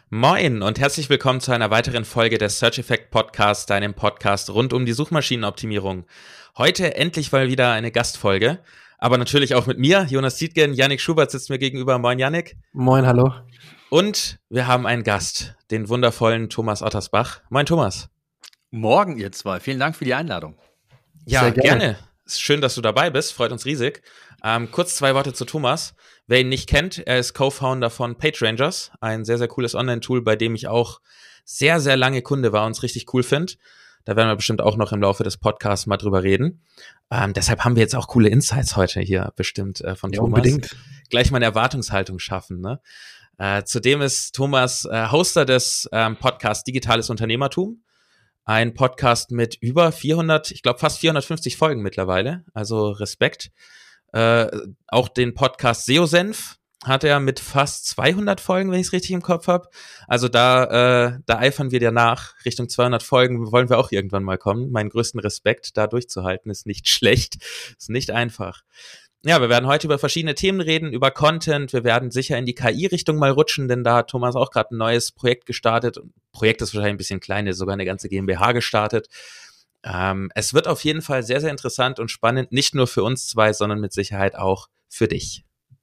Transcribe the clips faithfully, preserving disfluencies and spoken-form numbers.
Moin und herzlich willkommen zu einer weiteren Folge des Search Effect Podcasts, deinem Podcast rund um die Suchmaschinenoptimierung. Heute endlich mal wieder eine Gastfolge, aber natürlich auch mit mir, Jonas Dietgen. Yannick Schubert sitzt mir gegenüber. Moin Yannick. Moin, hallo. Und wir haben einen Gast, den wundervollen Thomas Ottersbach. Moin Thomas. Morgen ihr zwei. Vielen Dank für die Einladung. Ja, Sehr gerne. gerne. Ist schön, dass du dabei bist. Freut uns riesig. Ähm, kurz zwei Worte zu Thomas. Wer ihn nicht kennt, er ist Co-Founder von PageRangers, ein sehr, sehr cooles Online-Tool, bei dem ich auch sehr, sehr lange Kunde war und es richtig cool finde. Da werden wir bestimmt auch noch im Laufe des Podcasts mal drüber reden. Ähm, deshalb haben wir jetzt auch coole Insights heute hier bestimmt äh, von Ja, Thomas. unbedingt. Gleich mal eine Erwartungshaltung schaffen. Ne? Äh, zudem ist Thomas äh, Hoster des ähm, Podcasts Digitales Unternehmertum. Ein Podcast mit über vierhundert, ich glaube fast vierhundertfünfzig Folgen mittlerweile. Also Respekt. Äh, auch den Podcast S E O-Senf hat er mit fast zweihundert Folgen, wenn ich es richtig im Kopf habe. Also da, äh, da eifern wir dir nach. Richtung zweihundert Folgen wollen wir auch irgendwann mal kommen. Meinen größten Respekt, da durchzuhalten, ist nicht schlecht. Ist nicht einfach. Ja, wir werden heute über verschiedene Themen reden, über Content. Wir werden sicher in die K I-Richtung mal rutschen, denn da hat Thomas auch gerade ein neues Projekt gestartet. Projekt ist wahrscheinlich ein bisschen klein, ist sogar eine ganze GmbH gestartet. Ähm, es wird auf jeden Fall sehr, sehr interessant und spannend, nicht nur für uns zwei, sondern mit Sicherheit auch für dich.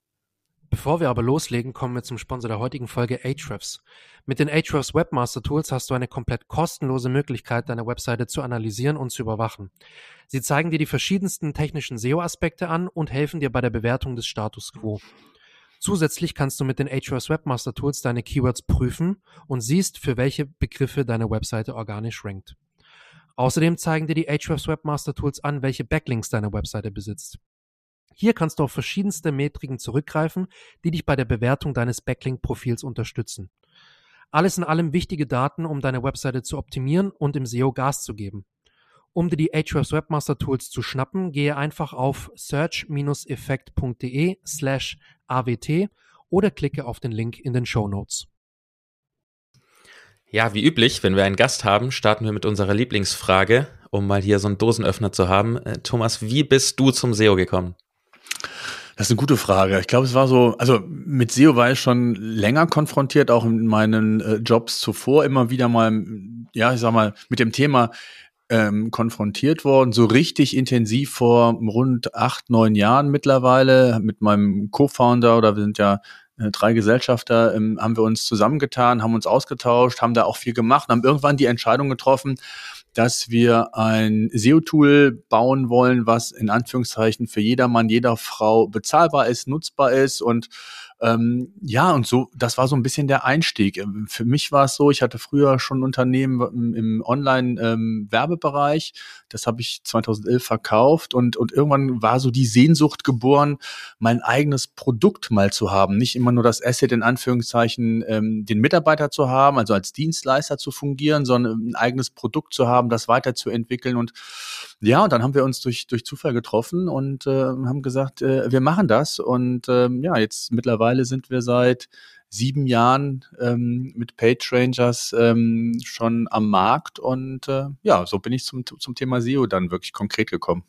Bevor wir aber loslegen, kommen wir zum Sponsor der heutigen Folge, Ahrefs. Mit den Ahrefs Webmaster Tools hast du eine komplett kostenlose Möglichkeit, deine Webseite zu analysieren und zu überwachen. Sie zeigen dir die verschiedensten technischen S E O-Aspekte an und helfen dir bei der Bewertung des Status Quo. Zusätzlich kannst du mit den Ahrefs Webmaster Tools deine Keywords prüfen und siehst, für welche Begriffe deine Webseite organisch rankt. Außerdem zeigen dir die Ahrefs Webmaster Tools an, welche Backlinks deine Webseite besitzt. Hier kannst du auf verschiedenste Metriken zurückgreifen, die dich bei der Bewertung deines Backlink-Profils unterstützen. Alles in allem wichtige Daten, um deine Webseite zu optimieren und im S E O Gas zu geben. Um dir die Ahrefs Webmaster Tools zu schnappen, gehe einfach auf search-effekt.de slash awt oder klicke auf den Link in den Shownotes. Ja, wie üblich, wenn wir einen Gast haben, starten wir mit unserer Lieblingsfrage, um mal hier so einen Dosenöffner zu haben. Äh, Thomas, wie bist du zum S E O gekommen? Das ist eine gute Frage. Ich glaube, es war so, also mit S E O war ich schon länger konfrontiert, auch in meinen äh, Jobs zuvor immer wieder mal, ja, ich sag mal, mit dem Thema ähm, konfrontiert worden. So richtig intensiv vor rund acht, neun Jahren mittlerweile mit meinem Co-Founder, oder wir sind ja äh, drei Gesellschafter, ähm, haben wir uns zusammengetan, haben uns ausgetauscht, haben da auch viel gemacht, haben irgendwann die Entscheidung getroffen, dass wir ein S E O-Tool bauen wollen, was in Anführungszeichen für jedermann, jeder Frau bezahlbar ist, nutzbar ist. Und ähm, ja, und so, das war so ein bisschen der Einstieg. Für mich war es so, ich hatte früher schon ein Unternehmen im, im Online-Werbebereich. Das habe ich zweitausendelf verkauft und, und irgendwann war so die Sehnsucht geboren, mein eigenes Produkt mal zu haben. Nicht immer nur das Asset in Anführungszeichen, ähm, den Mitarbeiter zu haben, also als Dienstleister zu fungieren, sondern ein eigenes Produkt zu haben, das weiterzuentwickeln. Und ja, und dann haben wir uns durch, durch Zufall getroffen und äh, haben gesagt, äh, wir machen das. Und ähm, ja, jetzt mittlerweile sind wir seit sieben Jahren ähm, mit PageRangers ähm, schon am Markt. Und äh, ja, so bin ich zum, zum Thema S E O dann wirklich konkret gekommen.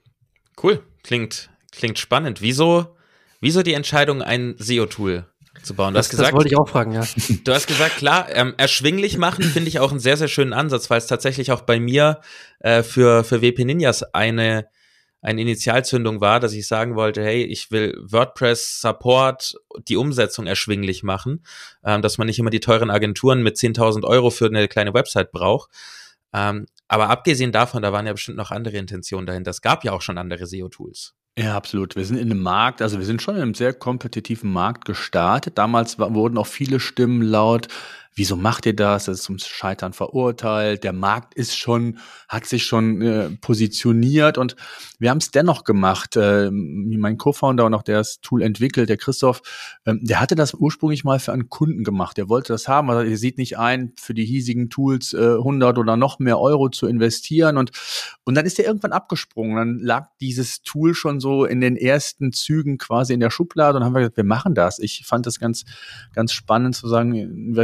Cool, klingt, klingt spannend. Wieso, wieso die Entscheidung, ein S E O-Tool zu bauen? Du Das, hast gesagt, das wollte ich auch fragen, ja. Du hast gesagt, klar, ähm, erschwinglich machen finde ich auch einen sehr, sehr schönen Ansatz, weil es tatsächlich auch bei mir äh, für, für W P Ninjas eine, eine Initialzündung war, dass ich sagen wollte, hey, ich will WordPress Support, die Umsetzung erschwinglich machen, ähm, dass man nicht immer die teuren Agenturen mit zehntausend Euro für eine kleine Website braucht. Ähm, aber abgesehen davon, da waren ja bestimmt noch andere Intentionen dahinter. Es gab ja auch schon andere S E O-Tools. Ja, absolut. Wir sind in einem Markt, also wir sind schon in einem sehr kompetitiven Markt gestartet. Damals war, wurden auch viele Stimmen laut. Wieso macht ihr das? Das ist zum Scheitern verurteilt. Der Markt ist schon, hat sich schon äh, positioniert und wir haben es dennoch gemacht. Äh, mein Co-Founder und auch der das Tool entwickelt, der Christoph, ähm, der hatte das ursprünglich mal für einen Kunden gemacht. Der wollte das haben, aber er sieht nicht ein, für die hiesigen Tools äh, hundert oder noch mehr Euro zu investieren. Und, und dann ist er irgendwann abgesprungen. Dann lag dieses Tool schon so in den ersten Zügen quasi in der Schublade und dann haben wir gesagt, wir machen das. Ich fand das ganz, ganz spannend zu sagen, was ich meinte,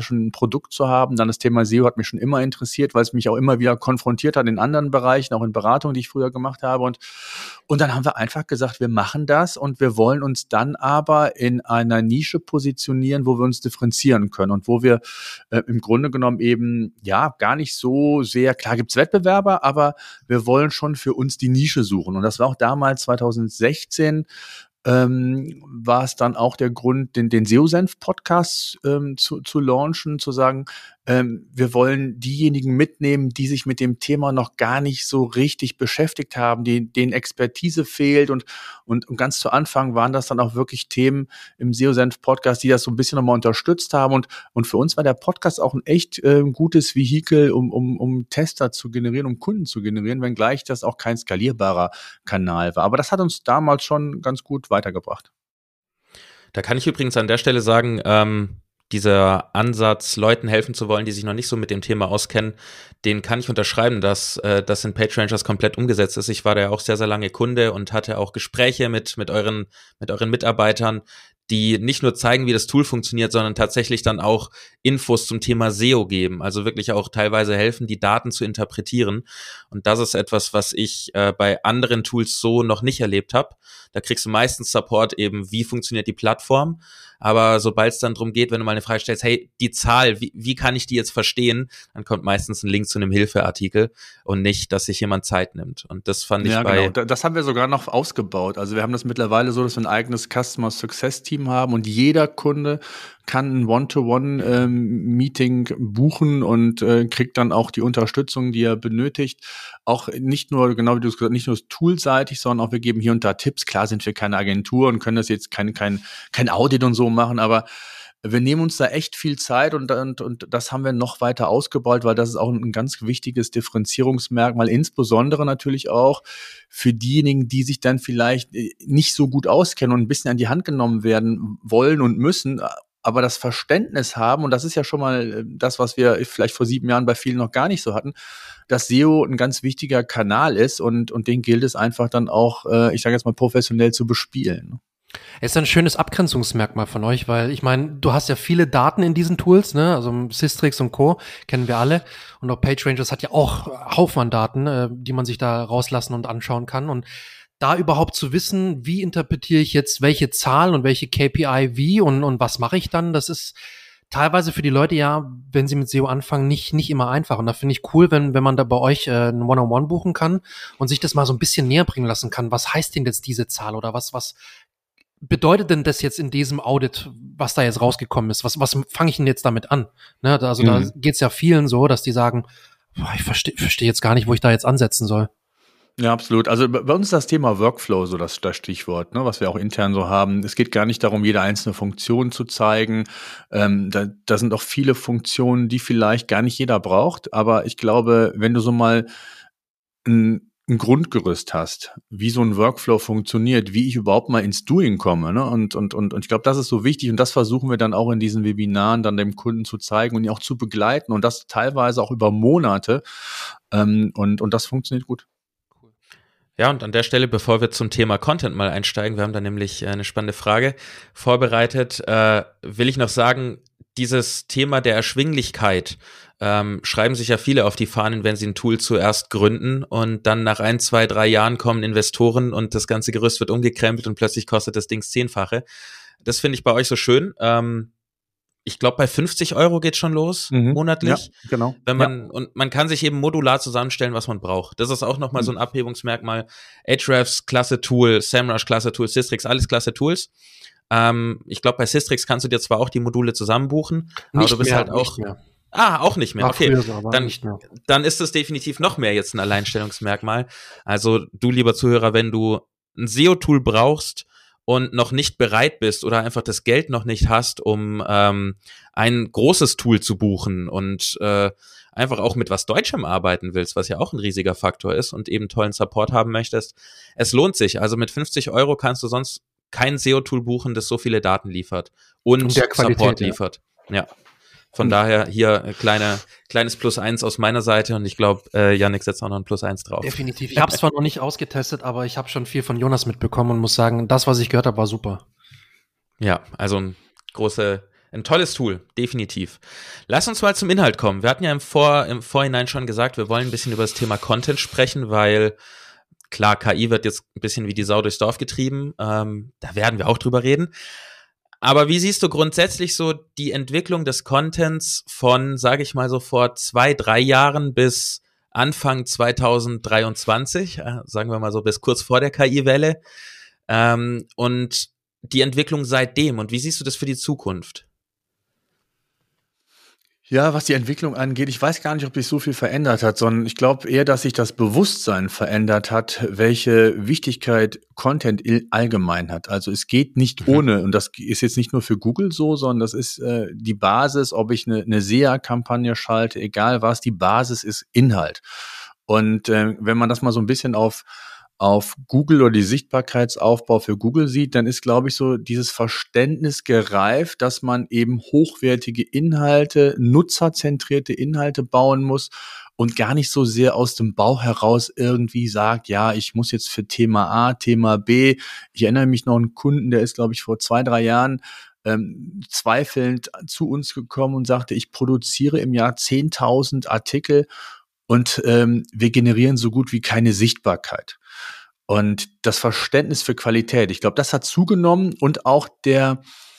schon ein Produkt zu haben. Dann das Thema S E O hat mich schon immer interessiert, weil es mich auch immer wieder konfrontiert hat in anderen Bereichen, auch in Beratung, die ich früher gemacht habe. Und, und dann haben wir einfach gesagt, wir machen das und wir wollen uns dann aber in einer Nische positionieren, wo wir uns differenzieren können und wo wir äh, im Grunde genommen eben, ja, gar nicht so sehr, klar gibt's Wettbewerber, aber wir wollen schon für uns die Nische suchen. Und das war auch damals zwanzig sechzehn, ähm, war es dann auch der Grund, den, den S E O-Senf-Podcast ähm, zu, zu launchen, zu sagen, ähm, wir wollen diejenigen mitnehmen, die sich mit dem Thema noch gar nicht so richtig beschäftigt haben, die, denen Expertise fehlt und, und, und ganz zu Anfang waren das dann auch wirklich Themen im S E O-Senf-Podcast, die das so ein bisschen nochmal unterstützt haben und, und für uns war der Podcast auch ein echt äh, gutes Vehikel, um, um, um Tester zu generieren, um Kunden zu generieren, wenngleich das auch kein skalierbarer Kanal war. Aber das hat uns damals schon ganz gut weitergebracht. Da kann ich übrigens an der Stelle sagen, ähm, dieser Ansatz, Leuten helfen zu wollen, die sich noch nicht so mit dem Thema auskennen, den kann ich unterschreiben, dass äh, das in PageRangers komplett umgesetzt ist. Ich war da ja auch sehr, sehr lange Kunde und hatte auch Gespräche mit mit euren mit euren Mitarbeitern, die nicht nur zeigen, wie das Tool funktioniert, sondern tatsächlich dann auch Infos zum Thema S E O geben, also wirklich auch teilweise helfen, die Daten zu interpretieren. Und das ist etwas, was ich äh, bei anderen Tools so noch nicht erlebt habe. Da kriegst du meistens Support eben, wie funktioniert die Plattform. Aber sobald es dann darum geht, wenn du mal eine Frage stellst, hey, die Zahl, wie, wie kann ich die jetzt verstehen, dann kommt meistens ein Link zu einem Hilfeartikel und nicht, dass sich jemand Zeit nimmt. Und das fand ich ja, bei... Genau. Das haben wir sogar noch ausgebaut. Also wir haben das mittlerweile so, dass wir ein eigenes Customer Success Team haben und jeder Kunde kann ein One-to-One-Meeting ähm, buchen und äh, kriegt dann auch die Unterstützung, die er benötigt. Auch nicht nur, genau wie du es gesagt hast, nicht nur toolseitig, sondern auch wir geben hier und da Tipps. Klar sind wir keine Agentur und können das jetzt kein, kein, kein Audit und so machen, aber wir nehmen uns da echt viel Zeit und, und, und das haben wir noch weiter ausgebaut, weil das ist auch ein ganz wichtiges Differenzierungsmerkmal, insbesondere natürlich auch für diejenigen, die sich dann vielleicht nicht so gut auskennen und ein bisschen an die Hand genommen werden wollen und müssen, aber das Verständnis haben, und das ist ja schon mal das, was wir vielleicht vor sieben Jahren bei vielen noch gar nicht so hatten, dass S E O ein ganz wichtiger Kanal ist und, und den gilt es einfach dann auch, ich sage jetzt mal, professionell zu bespielen. Es ist ein schönes Abgrenzungsmerkmal von euch, weil ich meine, du hast ja viele Daten in diesen Tools, ne? Also Systrix und Co. kennen wir alle. Und auch PageRangers hat ja auch Haufen an Daten, äh, die man sich da rauslassen und anschauen kann. Und da überhaupt zu wissen, wie interpretiere ich jetzt welche Zahl und welche K P I wie und, und was mache ich dann, das ist teilweise für die Leute ja, wenn sie mit S E O anfangen, nicht nicht immer einfach. Und da finde ich cool, wenn wenn man da bei euch äh, ein One-on-One buchen kann und sich das mal so ein bisschen näher bringen lassen kann. Was heißt denn jetzt diese Zahl oder was was bedeutet denn das jetzt in diesem Audit, was da jetzt rausgekommen ist? Was was fange ich denn jetzt damit an? Ne, also mhm. da geht's ja vielen so, dass die sagen, boah, ich verstehe verstehe jetzt gar nicht, wo ich da jetzt ansetzen soll. Ja, absolut. Also bei uns ist das Thema Workflow so das, das Stichwort, ne, was wir auch intern so haben. Es geht gar nicht darum, jede einzelne Funktion zu zeigen. Ähm, da, da sind auch viele Funktionen, die vielleicht gar nicht jeder braucht. Aber ich glaube, wenn du so mal ein, ein Grundgerüst hast, wie so ein Workflow funktioniert, wie ich überhaupt mal ins Doing komme, ne, und und und und ich glaube, das ist so wichtig und das versuchen wir dann auch in diesen Webinaren dann dem Kunden zu zeigen und ihn auch zu begleiten und das teilweise auch über Monate. Ähm, und und das funktioniert gut. Ja, und an der Stelle, bevor wir zum Thema Content mal einsteigen, wir haben da nämlich eine spannende Frage vorbereitet, äh, will ich noch sagen, dieses Thema der Erschwinglichkeit ähm, schreiben sich ja viele auf die Fahnen, wenn sie ein Tool zuerst gründen und dann nach ein, zwei, drei Jahren kommen Investoren und das ganze Gerüst wird umgekrempelt und plötzlich kostet das Ding zehnfache. Das finde ich bei euch so schön. Ähm, Ich glaube, bei fünfzig Euro geht schon los, mhm. monatlich. Ja, genau. Wenn man, ja. Und man kann sich eben modular zusammenstellen, was man braucht. Das ist auch nochmal mhm. so ein Abhebungsmerkmal. Ahrefs, klasse Tool, SEMrush, klasse Tool, Systrix, alles klasse Tools. Ähm, ich glaube, bei Systrix kannst du dir zwar auch die Module zusammen buchen, aber nicht du bist mehr, halt auch. Nicht mehr. Ah, auch nicht mehr. War okay. So, dann, nicht mehr. dann ist es definitiv noch mehr jetzt ein Alleinstellungsmerkmal. Also du, lieber Zuhörer, wenn du ein S E O-Tool brauchst, und noch nicht bereit bist oder einfach das Geld noch nicht hast, um ähm, ein großes Tool zu buchen und äh, einfach auch mit was Deutschem arbeiten willst, was ja auch ein riesiger Faktor ist und eben tollen Support haben möchtest, es lohnt sich. Also mit fünfzig Euro kannst du sonst kein S E O-Tool buchen, das so viele Daten liefert und, und der Qualität, Support liefert. Ja. ja. Von mhm. daher hier kleine, kleines Plus eins aus meiner Seite und ich glaube, äh, Yannick setzt auch noch ein Plus eins drauf. Definitiv. Ich habe es zwar noch nicht ausgetestet, aber ich habe schon viel von Jonas mitbekommen und muss sagen, das, was ich gehört habe, war super. Ja, also eine große ein tolles Tool, definitiv. Lass uns mal zum Inhalt kommen. Wir hatten ja im, Vor, im Vorhinein schon gesagt, wir wollen ein bisschen über das Thema Content sprechen, weil klar, K I wird jetzt ein bisschen wie die Sau durchs Dorf getrieben. Ähm, da werden wir auch drüber reden. Aber wie siehst du grundsätzlich so die Entwicklung des Contents von, sage ich mal so, vor zwei, drei Jahren bis Anfang zwanzig dreiundzwanzig, äh, sagen wir mal so bis kurz vor der K I-Welle, ähm, und die Entwicklung seitdem? Und wie siehst du das für die Zukunft? Ja, was die Entwicklung angeht, ich weiß gar nicht, ob sich so viel verändert hat, sondern ich glaube eher, dass sich das Bewusstsein verändert hat, welche Wichtigkeit Content allgemein hat. Also es geht nicht mhm. ohne, und das ist jetzt nicht nur für Google so, sondern das ist äh, die Basis, ob ich eine, eine S E A-Kampagne schalte, egal was, die Basis ist Inhalt. Und äh, wenn man das mal so ein bisschen auf auf Google oder die Sichtbarkeitsaufbau für Google sieht, dann ist, glaube ich, so dieses Verständnis gereift, dass man eben hochwertige Inhalte, nutzerzentrierte Inhalte bauen muss und gar nicht so sehr aus dem Bauch heraus irgendwie sagt, ja, ich muss jetzt für Thema A, Thema B. Ich erinnere mich noch an einen Kunden, der ist, glaube ich, vor zwei, drei Jahren ähm, zweifelnd zu uns gekommen und sagte, ich produziere im Jahr zehntausend Artikel und ähm, wir generieren so gut wie keine Sichtbarkeit. Und das Verständnis für Qualität, ich glaube, das hat zugenommen, und auch der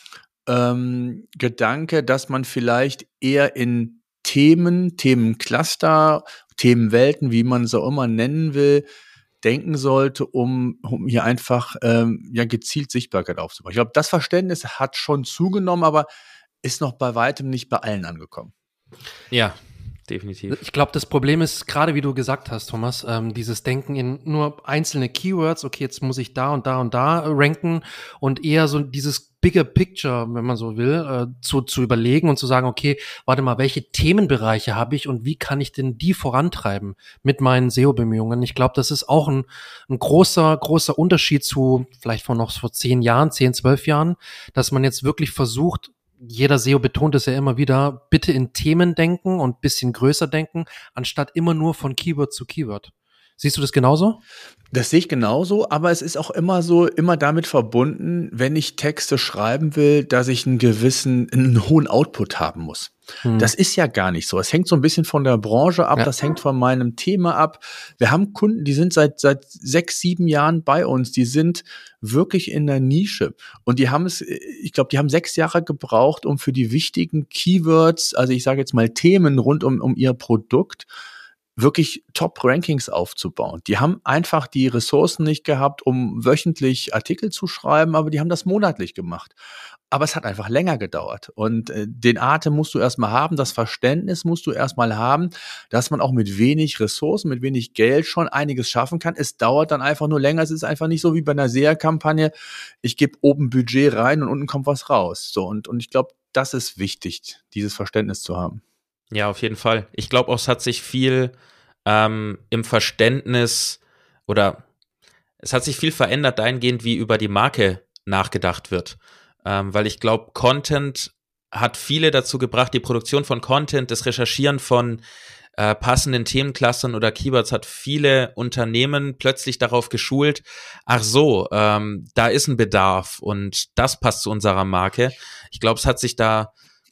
ähm, Gedanke, dass man vielleicht eher in Themen, Themencluster, Themenwelten, wie man es auch immer nennen will, denken sollte, um, um hier einfach ähm, ja gezielt Sichtbarkeit aufzubauen. Ich glaube, das Verständnis hat schon zugenommen, aber ist noch bei weitem nicht bei allen angekommen. Ja, definitiv. Ich glaube, das Problem ist, gerade wie du gesagt hast, Thomas, ähm, dieses Denken in nur einzelne Keywords, okay, jetzt muss ich da und da und da ranken, und eher so dieses bigger picture, wenn man so will, äh, zu, zu überlegen und zu sagen, okay, warte mal, welche Themenbereiche habe ich und wie kann ich denn die vorantreiben mit meinen S E O-Bemühungen? Ich glaube, das ist auch ein, ein großer, großer Unterschied zu vielleicht von noch vor zehn Jahren, zehn, zwölf Jahren, dass man jetzt wirklich versucht, jeder S E O betont es ja immer wieder, bitte in Themen denken und bisschen größer denken, anstatt immer nur von Keyword zu Keyword. Siehst du das genauso? Das sehe ich genauso, aber es ist auch immer so, immer damit verbunden, wenn ich Texte schreiben will, dass ich einen gewissen, einen hohen Output haben muss. Hm. Das ist ja gar nicht so. Es hängt so ein bisschen von der Branche ab, ja. Das hängt von meinem Thema ab. Wir haben Kunden, die sind seit seit sechs, sieben Jahren bei uns, die sind wirklich in der Nische. Und die haben es, ich glaube, die haben sechs Jahre gebraucht, um für die wichtigen Keywords, also ich sage jetzt mal Themen rund um, um ihr Produkt, wirklich Top-Rankings aufzubauen. Die haben einfach die Ressourcen nicht gehabt, um wöchentlich Artikel zu schreiben, aber die haben das monatlich gemacht. Aber es hat einfach länger gedauert. Und äh, den Atem musst du erstmal haben, das Verständnis musst du erstmal haben, dass man auch mit wenig Ressourcen, mit wenig Geld schon einiges schaffen kann. Es dauert dann einfach nur länger. Es ist einfach nicht so wie bei einer S E A-Kampagne. Ich gebe oben Budget rein und unten kommt was raus. So, und, und ich glaube, das ist wichtig, dieses Verständnis zu haben. Ja, auf jeden Fall. Ich glaube auch, es hat sich viel ähm, im Verständnis oder es hat sich viel verändert dahingehend, wie über die Marke nachgedacht wird. Ähm, weil ich glaube, Content hat viele dazu gebracht, die Produktion von Content, das Recherchieren von äh, passenden Themenclustern oder Keywords hat viele Unternehmen plötzlich darauf geschult, ach so, ähm, da ist ein Bedarf und das passt zu unserer Marke. Ich glaube, es hat sich da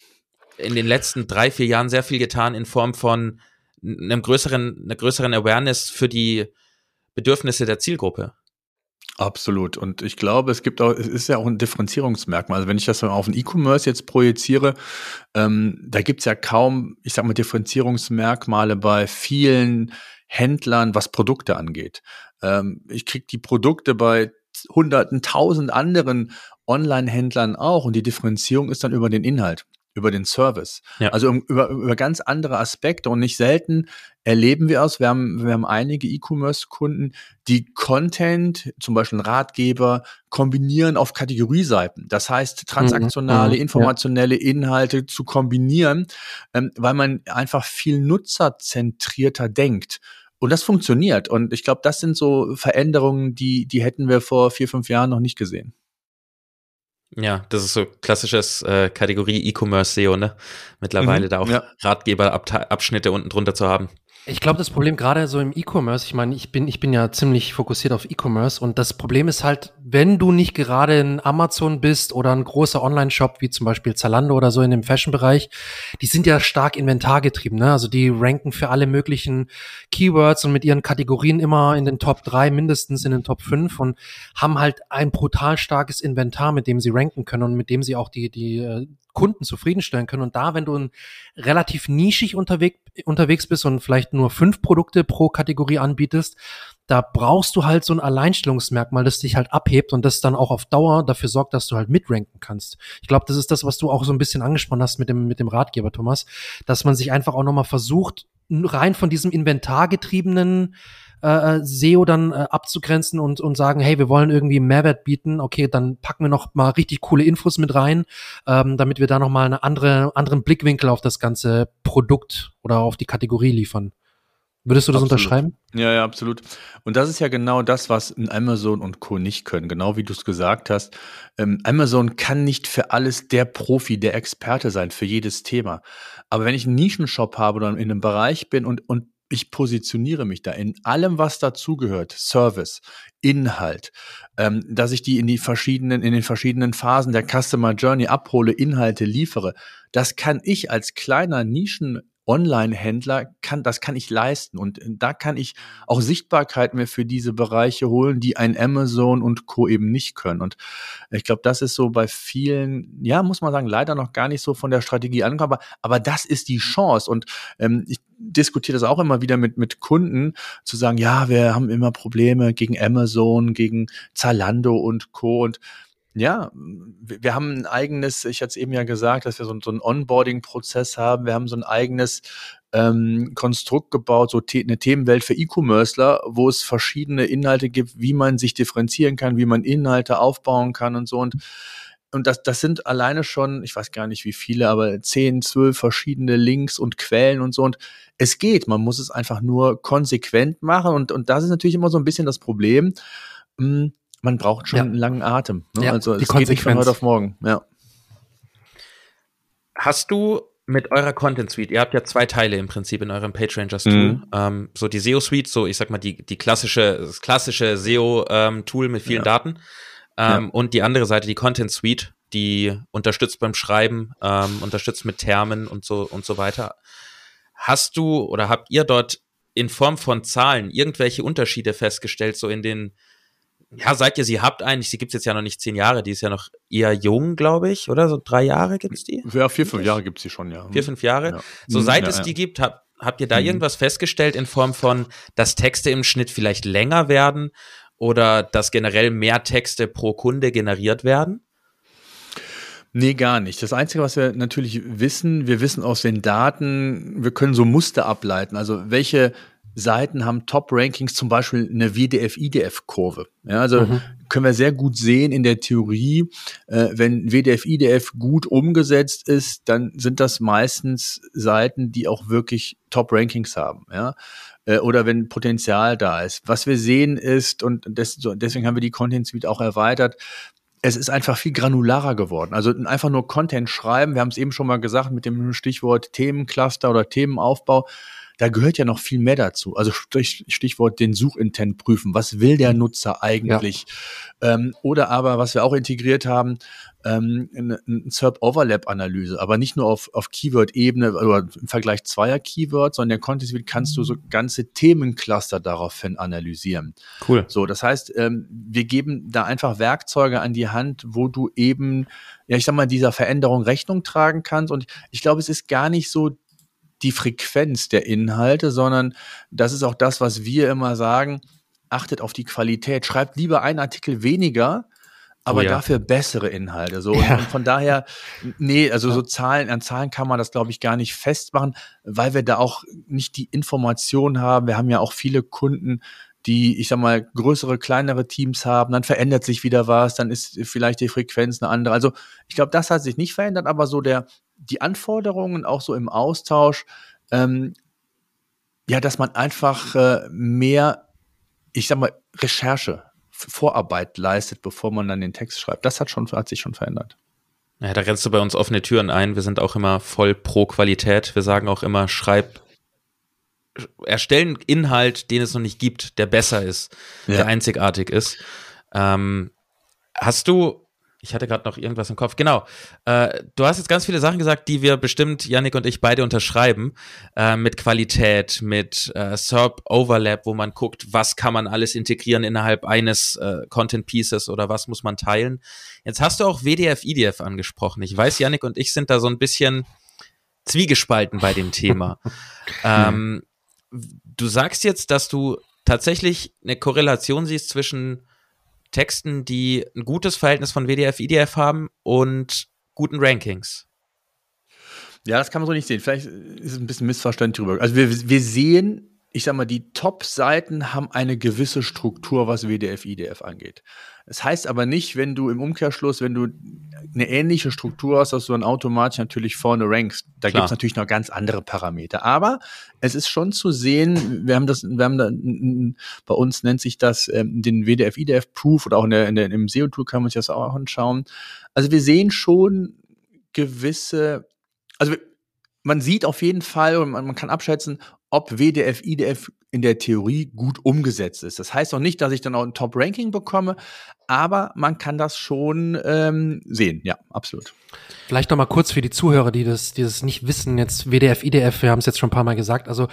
in den letzten drei, vier Jahren sehr viel getan in Form von einem größeren, einer größeren Awareness für die Bedürfnisse der Zielgruppe. Absolut. Und ich glaube, es gibt auch, es ist ja auch ein Differenzierungsmerkmal. Also wenn ich das auf den E-Commerce jetzt projiziere, ähm, da gibt's ja kaum, ich sag mal, Differenzierungsmerkmale bei vielen Händlern, was Produkte angeht. Ähm, ich krieg die Produkte bei hunderten, tausend anderen Online-Händlern auch, und die Differenzierung ist dann über den Inhalt, über den Service. Ja. Also über, über ganz andere Aspekte, und nicht selten erleben wir es. Wir haben, wir haben einige E-Commerce-Kunden, die Content, zum Beispiel Ratgeber, kombinieren auf Kategorieseiten. Das heißt, transaktionale, mhm. informationelle Inhalte zu kombinieren, ähm, weil man einfach viel nutzerzentrierter denkt. Und das funktioniert. Und ich glaube, das sind so Veränderungen, die, die hätten wir vor vier, fünf Jahren noch nicht gesehen. Ja, das ist so klassisches äh, Kategorie E-Commerce S E O, ne? Mittlerweile mhm, da auch ja. Ratgeberabschnitte unten drunter zu haben. Ich glaube, das Problem gerade so im E-Commerce, ich meine, ich bin, ich bin ja ziemlich fokussiert auf E-Commerce und das Problem ist halt, wenn du nicht gerade ein Amazon bist oder ein großer Online-Shop wie zum Beispiel Zalando oder so in dem Fashion-Bereich, die sind ja stark inventargetrieben, ne? Also die ranken für alle möglichen Keywords und mit ihren Kategorien immer in den Top drei, mindestens in den Top fünf und haben halt ein brutal starkes Inventar, mit dem sie ranken können und mit dem sie auch die, die äh, Kunden zufriedenstellen können. Und da, wenn du ein relativ nischig unterwegs, unterwegs bist und vielleicht nur fünf Produkte pro Kategorie anbietest, da brauchst du halt so ein Alleinstellungsmerkmal, das dich halt abhebt und das dann auch auf Dauer dafür sorgt, dass du halt mitranken kannst. Ich glaube, das ist das, was du auch so ein bisschen angesprochen hast mit dem, mit dem Ratgeber, Thomas, dass man sich einfach auch nochmal versucht, rein von diesem inventargetriebenen äh, S E O dann äh, abzugrenzen und und sagen, hey, wir wollen irgendwie einen Mehrwert bieten, okay, dann packen wir noch mal richtig coole Infos mit rein, ähm, damit wir da noch mal eine andere anderen Blickwinkel auf das ganze Produkt oder auf die Kategorie liefern. Würdest du das Absolut. unterschreiben? Ja, ja, absolut. Und das ist ja genau das, was ein Amazon und Co. nicht können, genau wie du es gesagt hast. Ähm, Amazon kann nicht für alles der Profi, der Experte sein, für jedes Thema. Aber wenn ich einen Nischenshop habe oder in einem Bereich bin und, und ich positioniere mich da in allem, was dazugehört, Service, Inhalt, ähm, dass ich die in die verschiedenen, in den verschiedenen Phasen der Customer Journey abhole, Inhalte liefere, das kann ich als kleiner Nischen Online-Händler, kann, das kann ich leisten und da kann ich auch Sichtbarkeit mehr für diese Bereiche holen, die ein Amazon und Co. eben nicht können. Und ich glaube, das ist so bei vielen, ja, muss man sagen, leider noch gar nicht so von der Strategie angekommen, aber, aber das ist die Chance und ähm, ich diskutiere das auch immer wieder mit, mit Kunden, zu sagen, ja, wir haben immer Probleme gegen Amazon, gegen Zalando und Co. und ja, wir haben ein eigenes, ich hatte es eben ja gesagt, dass wir so, so einen Onboarding-Prozess haben. Wir haben so ein eigenes ähm, Konstrukt gebaut, so the- eine Themenwelt für E-Commercer, wo es verschiedene Inhalte gibt, wie man sich differenzieren kann, wie man Inhalte aufbauen kann und so. Und, und das, das sind alleine schon, ich weiß gar nicht wie viele, aber zehn, zwölf verschiedene Links und Quellen und so. Und es geht, man muss es einfach nur konsequent machen. Und, und das ist natürlich immer so ein bisschen das Problem. Mh, Man braucht schon Ja. einen langen Atem. Ne? Ja, also die es geht nicht von Konsequenz. heute auf morgen. Ja. Hast du mit eurer Content Suite, ihr habt ja zwei Teile im Prinzip in eurem PageRangers Tool, Mhm. ähm, so die S E O Suite, so ich sag mal die die klassische das klassische S E O ähm, Tool mit vielen Ja. Daten ähm, Ja. und die andere Seite die Content Suite, die unterstützt beim Schreiben, ähm, unterstützt mit Termen und so und so weiter. Hast du oder habt ihr dort in Form von Zahlen irgendwelche Unterschiede festgestellt, so in den ja, seid ihr sie habt eigentlich, sie gibt's jetzt ja noch nicht zehn Jahre, die ist ja noch eher jung, glaube ich, oder? So drei Jahre gibt's die? Ja, vier, fünf Jahre gibt es die schon, ja. Vier, fünf Jahre? Ja. So Mhm, seit ja, es ja. die gibt, habt, habt ihr da Mhm. irgendwas festgestellt in Form von, dass Texte im Schnitt vielleicht länger werden oder dass generell mehr Texte pro Kunde generiert werden? Nee, gar nicht. Das Einzige, was wir natürlich wissen, wir wissen aus den Daten, wir können so Muster ableiten. Also welche Seiten haben Top-Rankings, zum Beispiel eine W D F-I D F-Kurve. Ja, also Mhm. können wir sehr gut sehen in der Theorie, äh, wenn W D F-I D F gut umgesetzt ist, dann sind das meistens Seiten, die auch wirklich Top-Rankings haben. Ja. Äh, oder wenn Potenzial da ist. Was wir sehen ist, und des, so, deswegen haben wir die Content Suite auch erweitert, es ist einfach viel granularer geworden. Also einfach nur Content schreiben, wir haben es eben schon mal gesagt mit dem Stichwort Themencluster oder Themenaufbau, da gehört ja noch viel mehr dazu. Also Stich, Stichwort den Suchintent prüfen. Was will der Nutzer eigentlich? Ja. Ähm, oder aber, was wir auch integriert haben, ähm, eine, eine S E R P-Overlap-Analyse. Aber nicht nur auf, auf Keyword-Ebene oder im Vergleich zweier Keywords, sondern in der Content Suite kannst du so ganze Themencluster daraufhin analysieren. Cool. So, das heißt, ähm, wir geben da einfach Werkzeuge an die Hand, wo du eben, ja, ich sag mal, dieser Veränderung Rechnung tragen kannst. Und ich glaube, es ist gar nicht so die Frequenz der Inhalte, sondern das ist auch das, was wir immer sagen, achtet auf die Qualität, schreibt lieber einen Artikel weniger, aber oh ja. dafür bessere Inhalte. So. Ja. Und, und von daher, nee, also ja. so Zahlen, an Zahlen kann man das, glaube ich, gar nicht festmachen, weil wir da auch nicht die Information haben. Wir haben ja auch viele Kunden, die, ich sag mal, größere, kleinere Teams haben, dann verändert sich wieder was, dann ist vielleicht die Frequenz eine andere. Also ich glaube, das hat sich nicht verändert, aber so der, die Anforderungen auch so im Austausch, ähm, ja, dass man einfach äh, mehr, ich sag mal, Recherche, Vorarbeit leistet, bevor man dann den Text schreibt. Das hat schon, hat sich schon verändert. Ja, da rennst du bei uns offene Türen ein. Wir sind auch immer voll pro Qualität. Wir sagen auch immer, schreib erstellen Inhalt, den es noch nicht gibt, der besser ist, Ja. der einzigartig ist. Ähm, hast du, ich hatte gerade noch irgendwas im Kopf, genau, äh, du hast jetzt ganz viele Sachen gesagt, die wir bestimmt, Yannick und ich, beide unterschreiben, äh, mit Qualität, mit äh, S E R P-Overlap, wo man guckt, was kann man alles integrieren innerhalb eines äh, Content-Pieces oder was muss man teilen. Jetzt hast du auch W D F, I D F angesprochen. Ich weiß, Yannick und ich sind da so ein bisschen zwiegespalten bei dem Thema. ähm, du sagst jetzt, dass du tatsächlich eine Korrelation siehst zwischen Texten, die ein gutes Verhältnis von W D F, I D F haben und guten Rankings. Ja, das kann man so nicht sehen. Vielleicht ist es ein bisschen missverständlich drüber. Also wir, wir sehen, ich sag mal, die Top-Seiten haben eine gewisse Struktur, was W D F, I D F angeht. Das heißt aber nicht, wenn du im Umkehrschluss, wenn du eine ähnliche Struktur hast, dass du dann automatisch natürlich vorne rankst. Da gibt es natürlich noch ganz andere Parameter. Aber es ist schon zu sehen, wir haben das, wir haben da, bei uns nennt sich das ähm, den W D F, I D F Proof oder auch in der, in der, im S E O-Tool kann man sich das auch anschauen. Also wir sehen schon gewisse, also man sieht auf jeden Fall und man, man kann abschätzen, ob W D F, I D F in der Theorie gut umgesetzt ist. Das heißt auch nicht, dass ich dann auch ein Top-Ranking bekomme, aber man kann das schon ähm, sehen. Ja, absolut. Vielleicht noch mal kurz für die Zuhörer, die das, die das nicht wissen, jetzt W D F, I D F, wir haben es jetzt schon ein paar Mal gesagt, also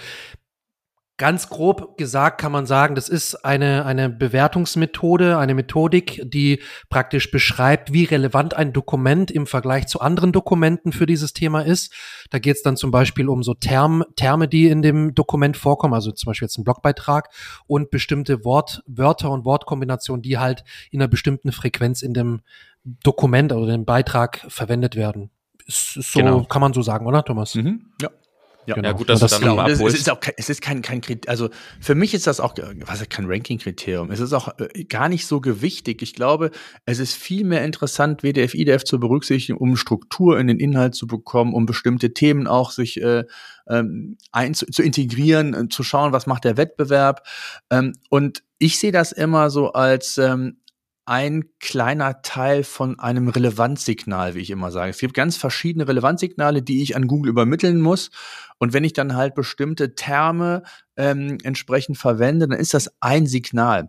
ganz grob gesagt kann man sagen, das ist eine, eine Bewertungsmethode, eine Methodik, die praktisch beschreibt, wie relevant ein Dokument im Vergleich zu anderen Dokumenten für dieses Thema ist. Da geht es dann zum Beispiel um so Term, Terme, die in dem Dokument vorkommen, also zum Beispiel jetzt ein Blogbeitrag und bestimmte Wort, Wörter und Wortkombinationen, die halt in einer bestimmten Frequenz in dem Dokument oder dem Beitrag verwendet werden. Ist, ist so, genau. Kann man so sagen, oder Thomas? Mhm, ja. Ja, genau. Ja, gut, dass das, du dann nochmal abholst. Es ist auch kein, es ist kein, kein Kriterium, also für mich ist das auch, was ist kein Ranking-Kriterium. Es ist auch äh, gar nicht so gewichtig. Ich glaube, es ist viel mehr interessant, W D F, I D F zu berücksichtigen, um Struktur in den Inhalt zu bekommen, um bestimmte Themen auch sich äh, ähm, ein, zu, zu integrieren, äh, zu schauen, was macht der Wettbewerb. Ähm, und ich sehe das immer so als ähm, ein kleiner Teil von einem Relevanzsignal, wie ich immer sage. Es gibt ganz verschiedene Relevanzsignale, die ich an Google übermitteln muss. Und wenn ich dann halt bestimmte Terme ähm, entsprechend verwende, dann ist das ein Signal.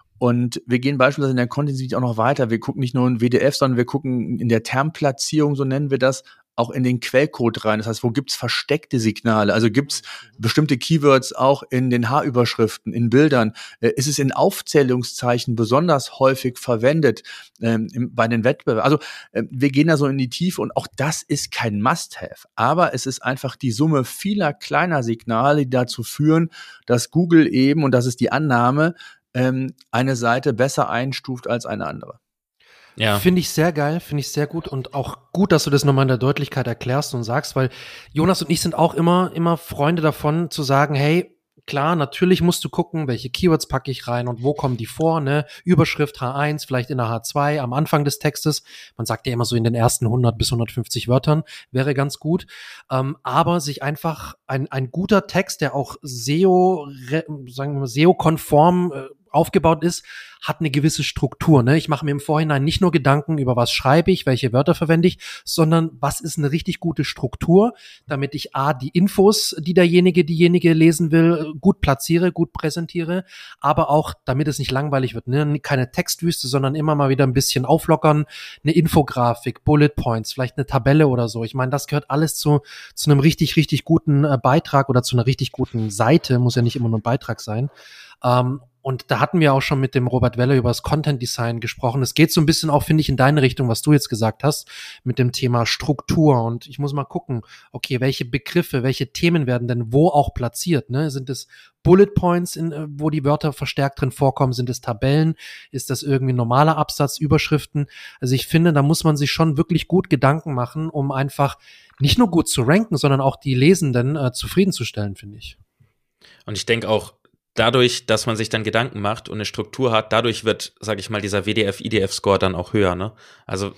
Und wir gehen beispielsweise in der Content Suite auch noch weiter. Wir gucken nicht nur in W D F, sondern wir gucken in der Termplatzierung, so nennen wir das, auch in den Quellcode rein. Das heißt, wo gibt's versteckte Signale? Also gibt's bestimmte Keywords auch in den Haarüberschriften, in Bildern? Äh, ist es in Aufzählungszeichen besonders häufig verwendet ähm, im, bei den Wettbewerben? Also äh, wir gehen da so in die Tiefe und auch das ist kein Must-Have. Aber es ist einfach die Summe vieler kleiner Signale, die dazu führen, dass Google eben, und das ist die Annahme, ähm, eine Seite besser einstuft als eine andere. Ja. Finde ich sehr geil, finde ich sehr gut und auch gut, dass du das nochmal in der Deutlichkeit erklärst und sagst, weil Jonas und ich sind auch immer, immer Freunde davon zu sagen, hey, klar, natürlich musst du gucken, welche Keywords packe ich rein und wo kommen die vor, ne? Überschrift H eins, vielleicht in der H zwei, am Anfang des Textes. Man sagt ja immer so in den ersten hundert bis hundertfünfzig Wörtern, wäre ganz gut. Ähm, aber sich einfach ein, ein guter Text, der auch S E O, sagen wir mal, S E O-konform äh, aufgebaut ist, hat eine gewisse Struktur. Ne? Ich mache mir im Vorhinein nicht nur Gedanken über was schreibe ich, welche Wörter verwende ich, sondern was ist eine richtig gute Struktur, damit ich A, die Infos, die derjenige, diejenige lesen will, gut platziere, gut präsentiere, aber auch, damit es nicht langweilig wird, ne? Keine Textwüste, sondern immer mal wieder ein bisschen auflockern, eine Infografik, Bullet Points, vielleicht eine Tabelle oder so. Ich meine, das gehört alles zu zu einem richtig, richtig guten äh, Beitrag oder zu einer richtig guten Seite, muss ja nicht immer nur ein Beitrag sein. Ähm, Und da hatten wir auch schon mit dem Robert Weller über das Content Design gesprochen. Es geht so ein bisschen auch, finde ich, in deine Richtung, was du jetzt gesagt hast, mit dem Thema Struktur. Und ich muss mal gucken, okay, welche Begriffe, welche Themen werden denn wo auch platziert? Ne? Sind es Bullet Points, in, wo die Wörter verstärkt drin vorkommen? Sind es Tabellen? Ist das irgendwie ein normaler Absatz, Überschriften? Also ich finde, da muss man sich schon wirklich gut Gedanken machen, um einfach nicht nur gut zu ranken, sondern auch die Lesenden äh, zufriedenzustellen, finde ich. Und ich denke auch, dadurch, dass man sich dann Gedanken macht und eine Struktur hat, dadurch wird, sage ich mal, dieser W D F, I D F-Score dann auch höher, ne? Also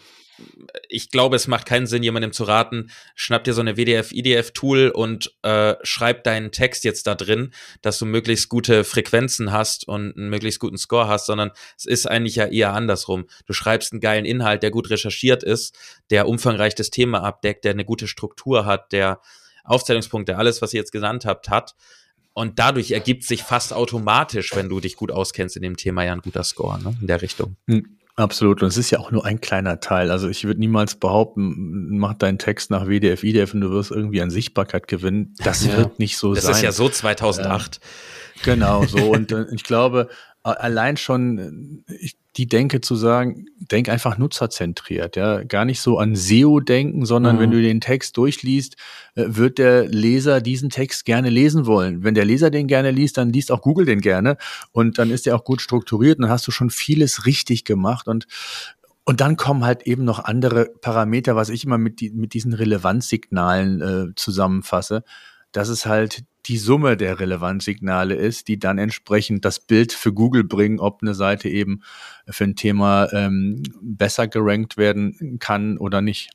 ich glaube, es macht keinen Sinn, jemandem zu raten, schnapp dir so eine W D F, I D F-Tool und äh, schreib deinen Text jetzt da drin, dass du möglichst gute Frequenzen hast und einen möglichst guten Score hast, sondern es ist eigentlich ja eher andersrum. Du schreibst einen geilen Inhalt, der gut recherchiert ist, der umfangreich das Thema abdeckt, der eine gute Struktur hat, der Aufzählungspunkte, alles, was ihr jetzt genannt habt, hat. Und dadurch ergibt sich fast automatisch, wenn du dich gut auskennst in dem Thema, ja ein guter Score, ne, in der Richtung. Hm, absolut. Und es ist ja auch nur ein kleiner Teil. Also ich würde niemals behaupten, mach deinen Text nach W D F, I D F und du wirst irgendwie an Sichtbarkeit gewinnen. Das ja. wird nicht so das sein. Das ist ja so zweitausendacht. Äh, genau, so. Und äh, ich glaube, allein schon ich, die Denke zu sagen, denk einfach nutzerzentriert, ja, gar nicht so an S E O denken, sondern mhm. wenn du den Text durchliest, wird der Leser diesen Text gerne lesen wollen. Wenn der Leser den gerne liest, dann liest auch Google den gerne und dann ist er auch gut strukturiert und dann hast du schon vieles richtig gemacht und Und dann kommen halt eben noch andere Parameter, was ich immer mit, die, mit diesen Relevanzsignalen äh, zusammenfasse, dass es halt die Summe der Relevanzsignale ist, die dann entsprechend das Bild für Google bringen, ob eine Seite eben für ein Thema ähm, besser gerankt werden kann oder nicht.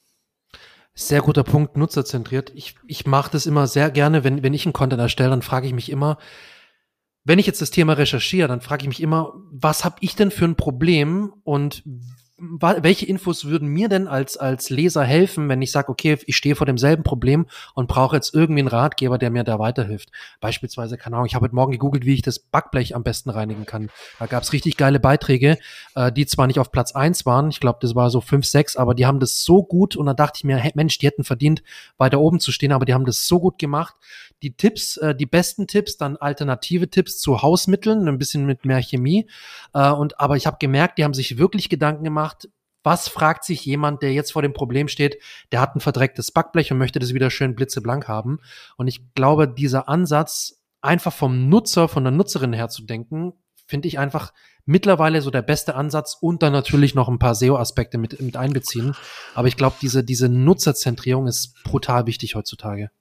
Sehr guter Punkt, nutzerzentriert. Ich, ich mache das immer sehr gerne, wenn, wenn ich einen Content erstelle, dann frage ich mich immer, wenn ich jetzt das Thema recherchiere, dann frage ich mich immer, was habe ich denn für ein Problem und welche Infos würden mir denn als als Leser helfen, wenn ich sage, okay, ich stehe vor demselben Problem und brauche jetzt irgendwie einen Ratgeber, der mir da weiterhilft. Beispielsweise, keine Ahnung, ich habe heute Morgen gegoogelt, wie ich das Backblech am besten reinigen kann. Da gab es richtig geile Beiträge, äh, die zwar nicht auf Platz eins waren, ich glaube, das war so fünf, sechs, aber die haben das so gut und dann dachte ich mir, hey, Mensch, die hätten verdient, weiter oben zu stehen, aber die haben das so gut gemacht. Die Tipps, äh, die besten Tipps, dann alternative Tipps zu Hausmitteln, ein bisschen mit mehr Chemie. Äh, und aber ich habe gemerkt, die haben sich wirklich Gedanken gemacht, was fragt sich jemand, der jetzt vor dem Problem steht, der hat ein verdrecktes Backblech und möchte das wieder schön blitzeblank haben. Und ich glaube, dieser Ansatz, einfach vom Nutzer, von der Nutzerin her zu denken, finde ich einfach mittlerweile so der beste Ansatz und dann natürlich noch ein paar S E O-Aspekte mit, mit einbeziehen. Aber ich glaube, diese, diese Nutzerzentrierung ist brutal wichtig heutzutage.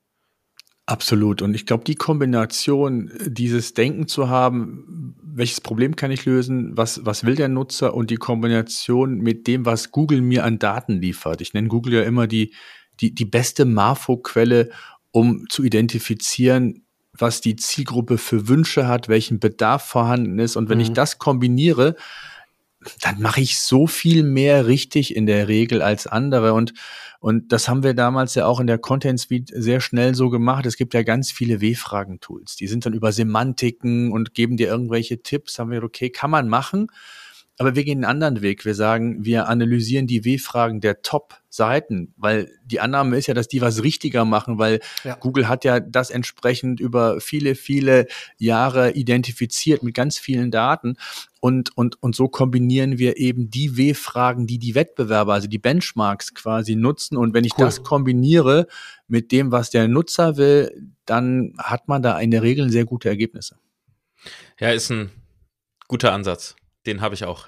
Absolut. Und ich glaube, die Kombination, dieses Denken zu haben, welches Problem kann ich lösen, was, was will der Nutzer und die Kombination mit dem, was Google mir an Daten liefert. Ich nenne Google ja immer die, die, die beste Marfo-Quelle, um zu identifizieren, was die Zielgruppe für Wünsche hat, welchen Bedarf vorhanden ist. Und wenn mhm. ich das kombiniere, dann mache ich so viel mehr richtig in der Regel als andere. Und Und das haben wir damals ja auch in der Content Suite sehr schnell so gemacht. Es gibt ja ganz viele W-Fragen-Tools. Die sind dann über Semantiken und geben dir irgendwelche Tipps. Haben wir, okay, kann man machen. Aber wir gehen einen anderen Weg. Wir sagen, wir analysieren die W-Fragen der Top-Seiten, weil die Annahme ist ja, dass die was richtiger machen, weil ja. Google hat ja das entsprechend über viele, viele Jahre identifiziert mit ganz vielen Daten. Und, und, und so kombinieren wir eben die W-Fragen, die die Wettbewerber, also die Benchmarks quasi nutzen. Und wenn ich cool. das kombiniere mit dem, was der Nutzer will, dann hat man da in der Regel sehr gute Ergebnisse. Ja, ist ein guter Ansatz. Den habe ich auch.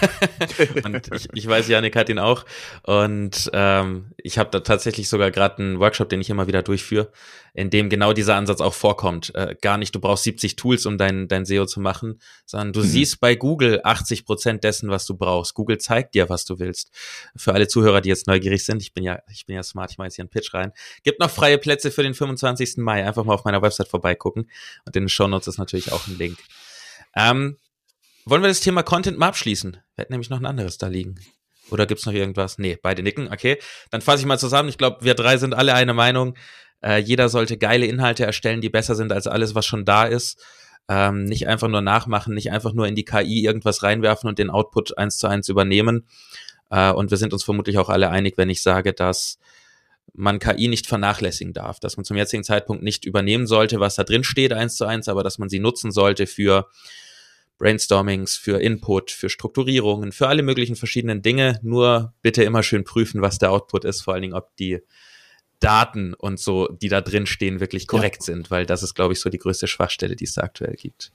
Und ich, ich weiß, Yannick hat ihn auch. Und ähm, ich habe da tatsächlich sogar gerade einen Workshop, den ich immer wieder durchführe, in dem genau dieser Ansatz auch vorkommt. Äh, gar nicht, du brauchst siebzig Tools, um dein, dein S E O zu machen, sondern du mhm. siehst bei Google achtzig Prozent dessen, was du brauchst. Google zeigt dir, was du willst. Für alle Zuhörer, die jetzt neugierig sind, ich bin ja, ich bin ja smart, ich mache jetzt hier einen Pitch rein. Gibt noch freie Plätze für den fünfundzwanzigsten Mai. Einfach mal auf meiner Website vorbeigucken. Und in den Shownotes ist natürlich auch ein Link. Ähm, Wollen wir das Thema Content mal abschließen? Wir hätten nämlich noch ein anderes da liegen. Oder gibt's noch irgendwas? Nee, beide nicken, okay. Dann fasse ich mal zusammen. Ich glaube, wir drei sind alle eine Meinung. Äh, jeder sollte geile Inhalte erstellen, die besser sind als alles, was schon da ist. Ähm, nicht einfach nur nachmachen, nicht einfach nur in die K I irgendwas reinwerfen und den Output eins zu eins übernehmen. Äh, und wir sind uns vermutlich auch alle einig, wenn ich sage, dass man K I nicht vernachlässigen darf, dass man zum jetzigen Zeitpunkt nicht übernehmen sollte, was da drin steht, eins zu eins, aber dass man sie nutzen sollte für Brainstormings, für Input, für Strukturierungen, für alle möglichen verschiedenen Dinge. Nur bitte immer schön prüfen, was der Output ist, vor allen Dingen, ob die Daten und so, die da drin stehen, wirklich korrekt ja. sind, weil das ist, glaube ich, so die größte Schwachstelle, die es da aktuell gibt.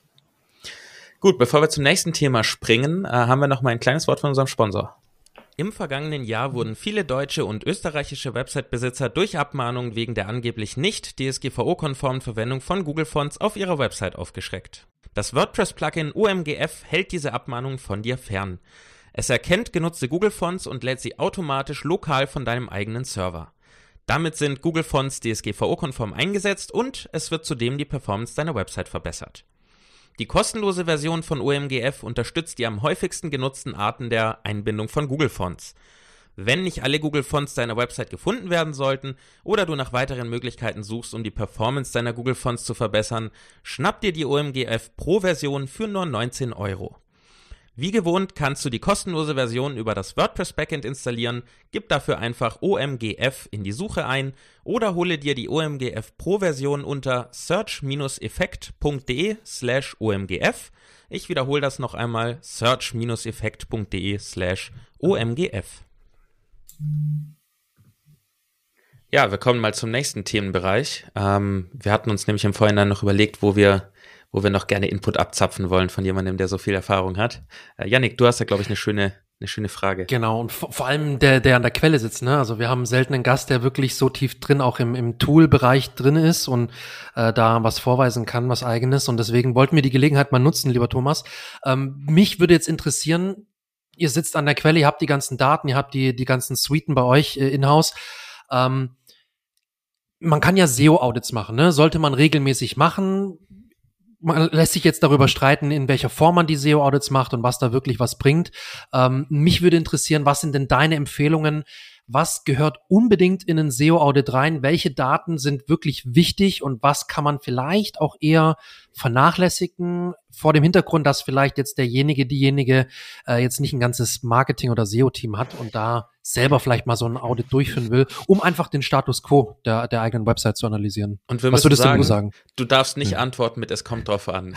Gut, bevor wir zum nächsten Thema springen, äh, haben wir noch mal ein kleines Wort von unserem Sponsor. Im vergangenen Jahr wurden viele deutsche und österreichische Website-Besitzer durch Abmahnungen wegen der angeblich nicht D S G V O-konformen Verwendung von Google Fonts auf ihrer Website aufgeschreckt. Das WordPress-Plugin O M G F hält diese Abmahnungen von dir fern. Es erkennt genutzte Google Fonts und lädt sie automatisch lokal von deinem eigenen Server. Damit sind Google Fonts D S G V O-konform eingesetzt und es wird zudem die Performance deiner Website verbessert. Die kostenlose Version von O M G F unterstützt die am häufigsten genutzten Arten der Einbindung von Google Fonts. Wenn nicht alle Google-Fonts deiner Website gefunden werden sollten oder du nach weiteren Möglichkeiten suchst, um die Performance deiner Google-Fonts zu verbessern, schnapp dir die O M G F Pro-Version für nur neunzehn Euro. Wie gewohnt kannst du die kostenlose Version über das WordPress-Backend installieren, gib dafür einfach O M G F in die Suche ein oder hole dir die O M G F Pro-Version unter search-effekt.de slash OMGF. Ich wiederhole das noch einmal, search-effekt.de slash OMGF. Ja, wir kommen mal zum nächsten Themenbereich. Ähm, wir hatten uns nämlich im Vorhinein noch überlegt, wo wir wo wir noch gerne Input abzapfen wollen von jemandem, der so viel Erfahrung hat. Äh, Yannick, du hast da, glaube ich, eine schöne, eine schöne Frage. Genau, und vor, vor allem der, der an der Quelle sitzt, ne? Also wir haben selten einen Gast, der wirklich so tief drin auch im, im Tool-Bereich drin ist und äh, da was vorweisen kann, was Eigenes. Und deswegen wollten wir die Gelegenheit mal nutzen, lieber Thomas. Ähm, mich würde jetzt interessieren, ihr sitzt an der Quelle, ihr habt die ganzen Daten, ihr habt die, die ganzen Suiten bei euch äh, in-house. Ähm, man kann ja S E O-Audits machen, ne? Sollte man regelmäßig machen. Man lässt sich jetzt darüber streiten, in welcher Form man die S E O-Audits macht und was da wirklich was bringt. Ähm, mich würde interessieren, was sind denn deine Empfehlungen? Was gehört unbedingt in ein S E O-Audit rein? Welche Daten sind wirklich wichtig und was kann man vielleicht auch eher vernachlässigen vor dem Hintergrund, dass vielleicht jetzt derjenige, diejenige äh, jetzt nicht ein ganzes Marketing- oder S E O-Team hat und da selber vielleicht mal so ein Audit durchführen will, um einfach den Status quo der, der eigenen Website zu analysieren. Und wir was müssen würdest sagen, du sagen? Du darfst nicht Hm. antworten mit "Es kommt drauf an".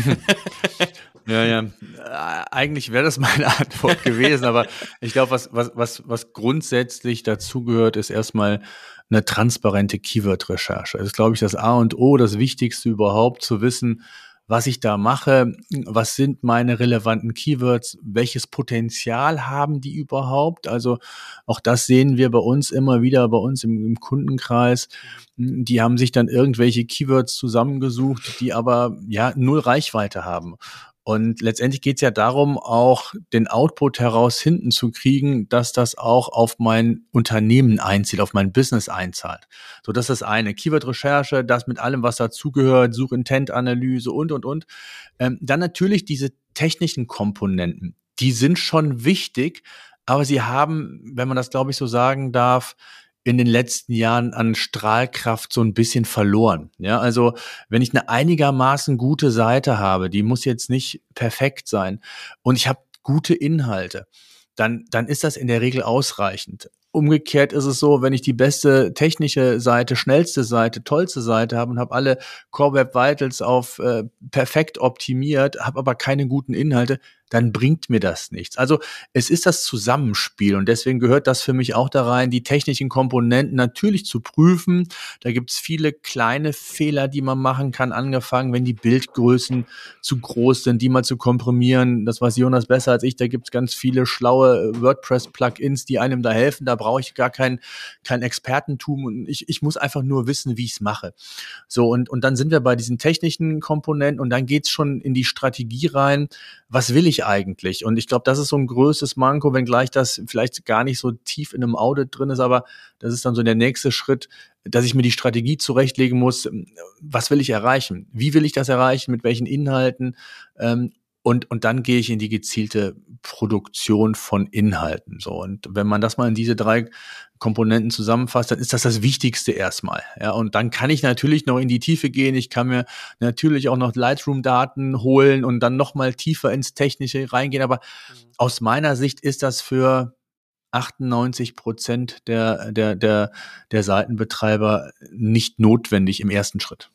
Ja, ja. Äh, Eigentlich wäre das meine Antwort gewesen, aber ich glaube, was, was, was, was grundsätzlich dazugehört, ist erstmal eine transparente Keyword-Recherche. Das ist, glaube ich, das A und O, das Wichtigste überhaupt, zu wissen, was ich da mache, was sind meine relevanten Keywords, welches Potenzial haben die überhaupt? Also auch das sehen wir bei uns immer wieder, bei uns im, im Kundenkreis. Die haben sich dann irgendwelche Keywords zusammengesucht, die aber ja null Reichweite haben. Und letztendlich geht es ja darum, auch den Output heraus hinten zu kriegen, dass das auch auf mein Unternehmen einzahlt, auf mein Business einzahlt. So, das ist das eine. Keyword-Recherche, das mit allem, was dazugehört, Such-Intent-Analyse und, und, und. Ähm, dann natürlich diese technischen Komponenten. Die sind schon wichtig, aber sie haben, wenn man das, glaube ich, so sagen darf, in den letzten Jahren an Strahlkraft so ein bisschen verloren. Ja, also wenn ich eine einigermaßen gute Seite habe, die muss jetzt nicht perfekt sein und ich habe gute Inhalte, dann, dann ist das in der Regel ausreichend. Umgekehrt ist es so, wenn ich die beste technische Seite, schnellste Seite, tollste Seite habe und habe alle Core Web Vitals auf äh, perfekt optimiert, habe aber keine guten Inhalte, dann bringt mir das nichts. Also es ist das Zusammenspiel und deswegen gehört das für mich auch da rein, die technischen Komponenten natürlich zu prüfen. Da gibt es viele kleine Fehler, die man machen kann, angefangen, wenn die Bildgrößen zu groß sind, die mal zu komprimieren. Das weiß Jonas besser als ich, da gibt es ganz viele schlaue WordPress-Plugins, die einem da helfen. Da brauche ich gar kein, kein Expertentum und ich, ich muss einfach nur wissen, wie ich es mache. So, und, und dann sind wir bei diesen technischen Komponenten und dann geht's schon in die Strategie rein. Was will ich eigentlich? Und ich glaube, das ist so ein größtes Manko, wenngleich das vielleicht gar nicht so tief in einem Audit drin ist, aber das ist dann so der nächste Schritt, dass ich mir die Strategie zurechtlegen muss. Was will ich erreichen? Wie will ich das erreichen? Mit welchen Inhalten? Ähm, Und, und dann gehe ich in die gezielte Produktion von Inhalten. So. Und wenn man das mal in diese drei Komponenten zusammenfasst, dann ist das das Wichtigste erstmal. Ja, und dann kann ich natürlich noch in die Tiefe gehen. Ich kann mir natürlich auch noch Lightroom-Daten holen und dann noch mal tiefer ins Technische reingehen. Aber mhm. aus meiner Sicht ist das für achtundneunzig Prozent der, der, der, der Seitenbetreiber nicht notwendig im ersten Schritt.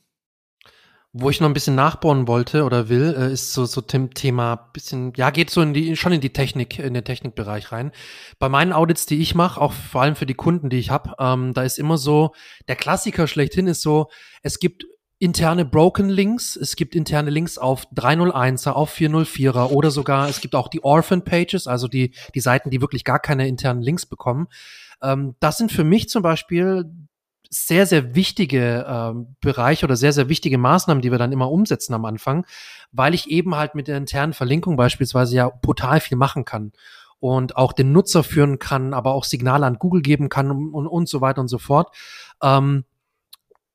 Wo ich noch ein bisschen nachbauen wollte oder will, äh, ist so so Tim Thema bisschen, ja, geht so in die schon in die Technik, in den Technikbereich rein. Bei meinen Audits, die ich mache, auch vor allem für die Kunden, die ich habe, ähm, da ist immer so, der Klassiker schlechthin ist so, es gibt interne Broken Links, es gibt interne Links auf dreihunderteiner, auf vierhundertvierer oder sogar, es gibt auch die Orphan Pages, also die die Seiten, die wirklich gar keine internen Links bekommen. Ähm, das sind für mich zum Beispiel sehr, sehr wichtige ähm, Bereiche oder sehr, sehr wichtige Maßnahmen, die wir dann immer umsetzen am Anfang, weil ich eben halt mit der internen Verlinkung beispielsweise ja brutal viel machen kann und auch den Nutzer führen kann, aber auch Signale an Google geben kann und, und, und so weiter und so fort. Ähm,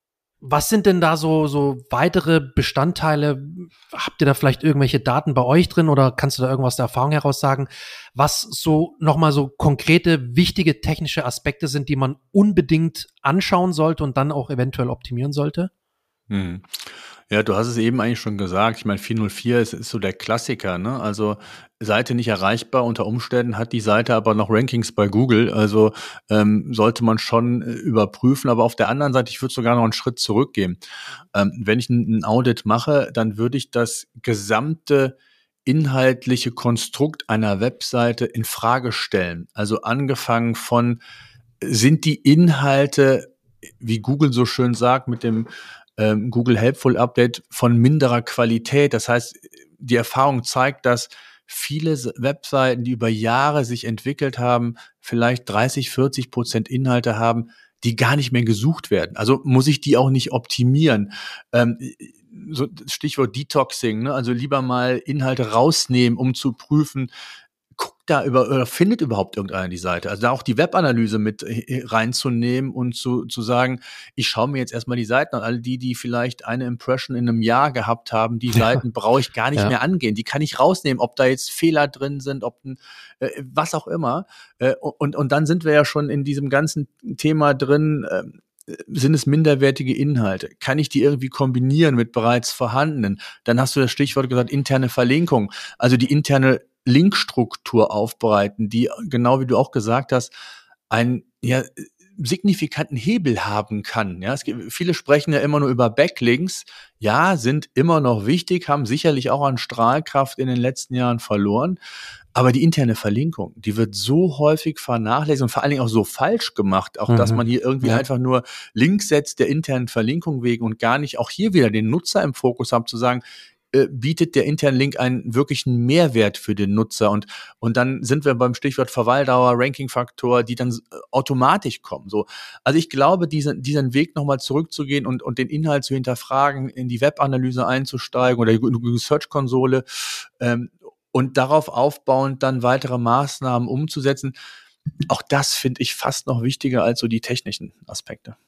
Was sind denn da so, so weitere Bestandteile? Habt ihr da vielleicht irgendwelche Daten bei euch drin oder kannst du da irgendwas der Erfahrung heraus sagen, was so nochmal so konkrete, wichtige technische Aspekte sind, die man unbedingt anschauen sollte und dann auch eventuell optimieren sollte? Hm. Ja, du hast es eben eigentlich schon gesagt. Ich meine, vier null vier ist, ist so der Klassiker, ne? Also Seite nicht erreichbar. Unter Umständen hat die Seite aber noch Rankings bei Google. Also ähm, sollte man schon äh, überprüfen. Aber auf der anderen Seite, ich würde sogar noch einen Schritt zurückgehen. Ähm, wenn ich ein, ein Audit mache, dann würde ich das gesamte inhaltliche Konstrukt einer Webseite in Frage stellen. Also angefangen von, sind die Inhalte, wie Google so schön sagt, mit dem ähm, Google Helpful Update von minderer Qualität. Das heißt, die Erfahrung zeigt, dass viele Webseiten, die über Jahre sich entwickelt haben, vielleicht dreißig, vierzig Prozent Inhalte haben, die gar nicht mehr gesucht werden. Also muss ich die auch nicht optimieren. Ähm, so Stichwort Detoxing, ne? Also lieber mal Inhalte rausnehmen, um zu prüfen, guckt da über oder findet überhaupt irgendeiner die Seite. Also da auch die Webanalyse mit reinzunehmen und zu, zu sagen, ich schaue mir jetzt erstmal die Seiten an. Alle die, die vielleicht eine Impression in einem Jahr gehabt haben, die Seiten brauche ich gar nicht ja. mehr angehen. Die kann ich rausnehmen, ob da jetzt Fehler drin sind, ob ein, äh, was auch immer. Äh, und, und dann sind wir ja schon in diesem ganzen Thema drin, äh, sind es minderwertige Inhalte? Kann ich die irgendwie kombinieren mit bereits vorhandenen? Dann hast du das Stichwort gesagt, interne Verlinkung. Also die interne Linkstruktur aufbereiten, die, genau wie du auch gesagt hast, einen ja, signifikanten Hebel haben kann. Ja, es gibt, viele sprechen ja immer nur über Backlinks. Ja, sind immer noch wichtig, haben sicherlich auch an Strahlkraft in den letzten Jahren verloren. Aber die interne Verlinkung, die wird so häufig vernachlässigt und vor allen Dingen auch so falsch gemacht, auch mhm. dass man hier irgendwie ja. einfach nur Links setzt der internen Verlinkung wegen und gar nicht auch hier wieder den Nutzer im Fokus haben, zu sagen, bietet der interne Link einen wirklichen Mehrwert für den Nutzer. Und, und dann sind wir beim Stichwort Verweildauer, Rankingfaktor, die dann automatisch kommen. So. Also ich glaube, diesen, diesen Weg nochmal zurückzugehen und, und den Inhalt zu hinterfragen, in die Webanalyse einzusteigen oder die Search-Konsole ähm, und darauf aufbauend dann weitere Maßnahmen umzusetzen, auch das finde ich fast noch wichtiger als so die technischen Aspekte.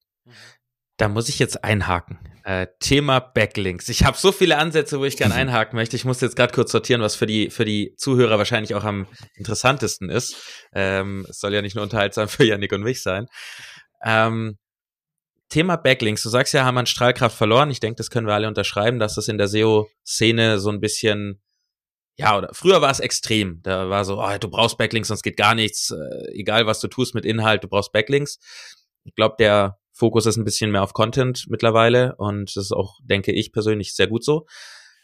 Da muss ich jetzt einhaken. Äh, Thema Backlinks. Ich habe so viele Ansätze, wo ich gerne einhaken möchte. Ich muss jetzt gerade kurz sortieren, was für die für die Zuhörer wahrscheinlich auch am interessantesten ist. Ähm, es soll ja nicht nur unterhaltsam für Yannick und mich sein. Ähm, Thema Backlinks. Du sagst ja, haben an Strahlkraft verloren. Ich denke, das können wir alle unterschreiben, dass das in der S E O-Szene so ein bisschen, ja, oder früher war es extrem. Da war so, oh, du brauchst Backlinks, sonst geht gar nichts. Äh, egal, was du tust mit Inhalt, du brauchst Backlinks. Ich glaube, der Fokus ist ein bisschen mehr auf Content mittlerweile und das ist auch, denke ich persönlich, sehr gut so.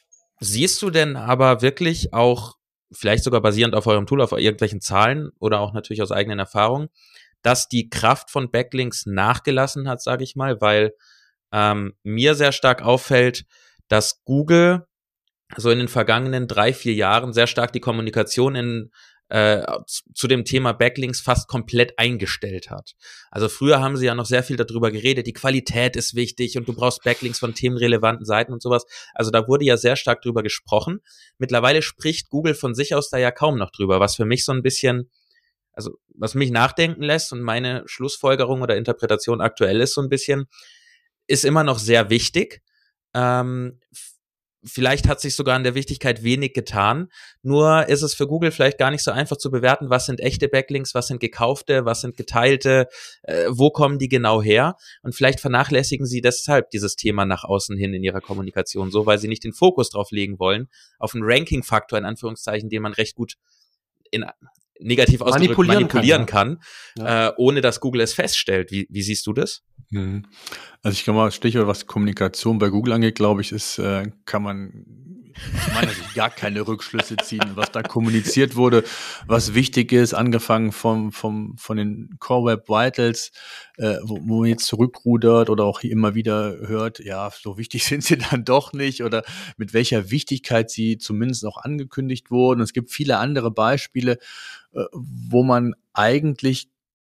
Siehst du denn aber wirklich auch, vielleicht sogar basierend auf eurem Tool, auf irgendwelchen Zahlen oder auch natürlich aus eigenen Erfahrungen, dass die Kraft von Backlinks nachgelassen hat, sage ich mal, weil ähm, mir sehr stark auffällt, dass Google so in den vergangenen drei, vier Jahren sehr stark die Kommunikation in Äh, zu dem Thema Backlinks fast komplett eingestellt hat. Also früher haben sie ja noch sehr viel darüber geredet, die Qualität ist wichtig und du brauchst Backlinks von themenrelevanten Seiten und sowas. Also da wurde ja sehr stark drüber gesprochen. Mittlerweile spricht Google von sich aus da ja kaum noch drüber, was für mich so ein bisschen, also was mich nachdenken lässt und meine Schlussfolgerung oder Interpretation aktuell ist so ein bisschen, ist immer noch sehr wichtig. Ähm, Vielleicht hat sich sogar an der Wichtigkeit wenig getan, nur ist es für Google vielleicht gar nicht so einfach zu bewerten, was sind echte Backlinks, was sind gekaufte, was sind geteilte, äh, wo kommen die genau her, und vielleicht vernachlässigen sie deshalb dieses Thema nach außen hin in ihrer Kommunikation so, weil sie nicht den Fokus drauf legen wollen, auf einen Ranking-Faktor in Anführungszeichen, den man recht gut in negativ ausgedrückt manipulieren, manipulieren kann, kann ja. äh, ohne dass Google es feststellt. Wie, wie siehst du das? Mhm. Also ich kann mal Stichwort, was Kommunikation bei Google angeht, glaube ich, ist, äh, kann man aus meiner Sicht gar keine Rückschlüsse ziehen, was da kommuniziert wurde, was wichtig ist, angefangen vom, vom, von den Core Web Vitals, äh, wo, wo man jetzt zurückrudert oder auch hier immer wieder hört, ja, so wichtig sind sie dann doch nicht oder mit welcher Wichtigkeit sie zumindest auch angekündigt wurden. Es gibt viele andere Beispiele, äh, wo man eigentlich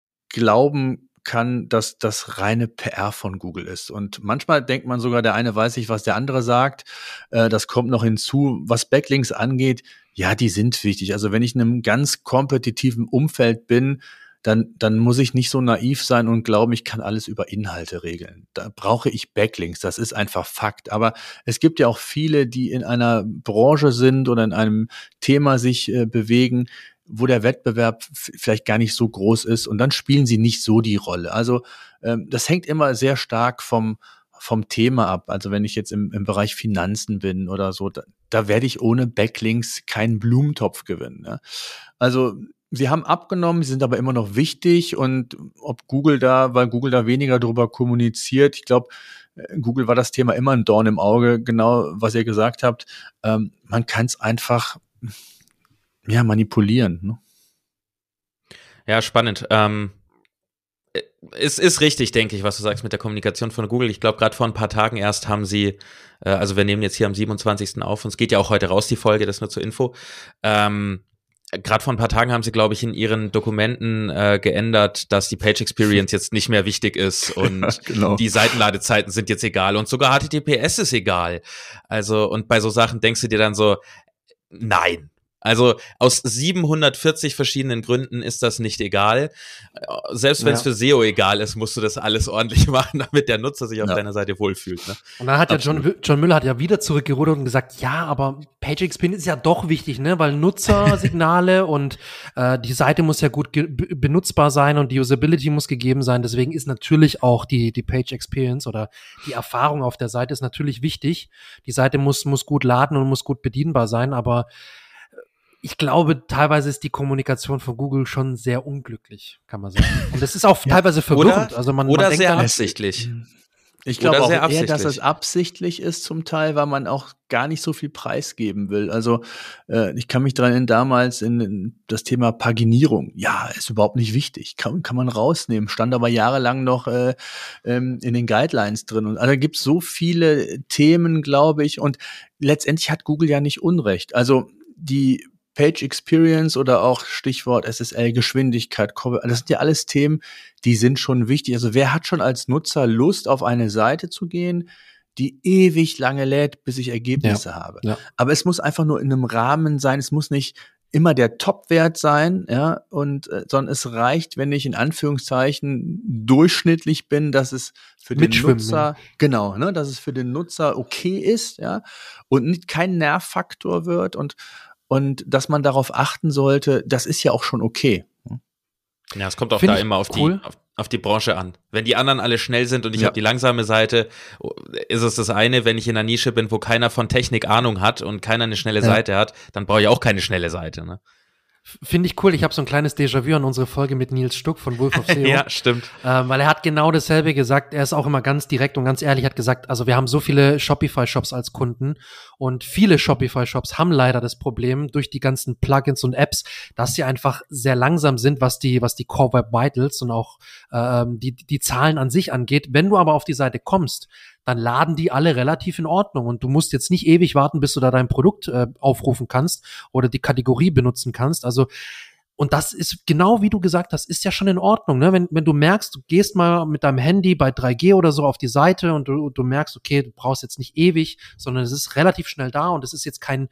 glauben kann, dass das reine P R von Google ist. Und manchmal denkt man sogar, der eine weiß nicht, was der andere sagt. Äh, das kommt noch hinzu. Was Backlinks angeht, ja, die sind wichtig. Also wenn ich in einem ganz kompetitiven Umfeld bin, dann, dann muss ich nicht so naiv sein und glauben, ich kann alles über Inhalte regeln. Da brauche ich Backlinks, das ist einfach Fakt. Aber es gibt ja auch viele, die in einer Branche sind oder in einem Thema sich äh, bewegen, wo der Wettbewerb f- vielleicht gar nicht so groß ist und dann spielen sie nicht so die Rolle. Also ähm, das hängt immer sehr stark vom vom Thema ab. Also wenn ich jetzt im, im Bereich Finanzen bin oder so, da, da werde ich ohne Backlinks keinen Blumentopf gewinnen. Ne? Also sie haben abgenommen, sie sind aber immer noch wichtig und ob Google da, weil Google da weniger drüber kommuniziert, ich glaube, Google war das Thema immer ein Dorn im Auge, genau was ihr gesagt habt. Ähm, man kann es einfach ja manipulieren. Ne? Ja, spannend. Ähm Es ist richtig, denke ich, was du sagst mit der Kommunikation von Google. Ich glaube, gerade vor ein paar Tagen erst haben sie, äh, also wir nehmen jetzt hier am siebenundzwanzigsten auf und es geht ja auch heute raus, die Folge, das nur zur Info. Ähm, gerade vor ein paar Tagen haben sie, glaube ich, in ihren Dokumenten äh, geändert, dass die Page Experience jetzt nicht mehr wichtig ist und Ja, genau. die Seitenladezeiten sind jetzt egal und sogar H T T P S ist egal. Also, und bei so Sachen denkst du dir dann so, nein. Also aus siebenhundertvierzig verschiedenen Gründen ist das nicht egal. Selbst wenn es Ja. für S E O egal ist, musst du das alles ordentlich machen, damit der Nutzer sich auf Ja. deiner Seite wohlfühlt. Ne? Und dann hat ja Absolut. John, John Müller hat ja wieder zurückgerudert und gesagt, ja, aber Page Experience ist ja doch wichtig, ne, weil Nutzersignale und äh, die Seite muss ja gut ge- be- benutzbar sein und die Usability muss gegeben sein. Deswegen ist natürlich auch die die Page Experience oder die Erfahrung auf der Seite ist natürlich wichtig. Die Seite muss muss gut laden und muss gut bedienbar sein, aber ich glaube, teilweise ist die Kommunikation von Google schon sehr unglücklich, kann man sagen. Und das ist auch Ja. teilweise verwirrend. Oder, also man, oder man denkt sehr dann, absichtlich. Ich Oder glaube auch sehr eher, absichtlich. dass es absichtlich ist zum Teil, weil man auch gar nicht so viel preisgeben will. Also äh, ich kann mich daran erinnern, damals in, in das Thema Paginierung. Ja, ist überhaupt nicht wichtig. Kann, kann man rausnehmen. Stand aber jahrelang noch äh, ähm, in den Guidelines drin. Und also da gibt es so viele Themen, glaube ich. Und letztendlich hat Google ja nicht Unrecht. Also die Page Experience oder auch Stichwort S S L, Geschwindigkeit, das sind ja alles Themen, die sind schon wichtig. Also wer hat schon als Nutzer Lust, auf eine Seite zu gehen, die ewig lange lädt, bis ich Ergebnisse habe? ja. Aber es muss einfach nur in einem Rahmen sein. Es muss nicht immer der Top-Wert sein, ja, und äh, sondern es reicht, wenn ich in Anführungszeichen durchschnittlich bin, dass es für den Mitschwimmen, Nutzer, genau, ne, dass es für den Nutzer okay ist, ja, und nicht kein Nervfaktor wird und und dass man darauf achten sollte, das ist ja auch schon okay. Ja, es kommt auch Find da ich immer auf cool. die auf, auf die Branche an. Wenn die anderen alle schnell sind und ich Ja. habe die langsame Seite, ist es das eine. Wenn ich in einer Nische bin, wo keiner von Technik Ahnung hat und keiner eine schnelle Ja. Seite hat, dann brauche ich auch keine schnelle Seite. Ne? Finde ich cool. Ich habe so ein kleines Déjà-vu an unsere Folge mit Nils Stuck von Wolf of S E O. Ja, stimmt. Ähm, weil er hat genau dasselbe gesagt. Er ist auch immer ganz direkt und ganz ehrlich, hat gesagt, also wir haben so viele Shopify-Shops als Kunden und viele Shopify-Shops haben leider das Problem durch die ganzen Plugins und Apps, dass sie einfach sehr langsam sind, was die, was die Core Web Vitals und auch ähm, die, die Zahlen an sich angeht. Wenn du aber auf die Seite kommst, dann laden die alle relativ in Ordnung und du musst jetzt nicht ewig warten, bis du da dein Produkt äh, aufrufen kannst oder die Kategorie benutzen kannst. Also und das ist genau wie du gesagt hast, ist ja schon in Ordnung, ne? Wenn wenn du merkst, du gehst mal mit deinem Handy bei drei G oder so auf die Seite und du, du merkst, okay, du brauchst jetzt nicht ewig, sondern es ist relativ schnell da und es ist jetzt kein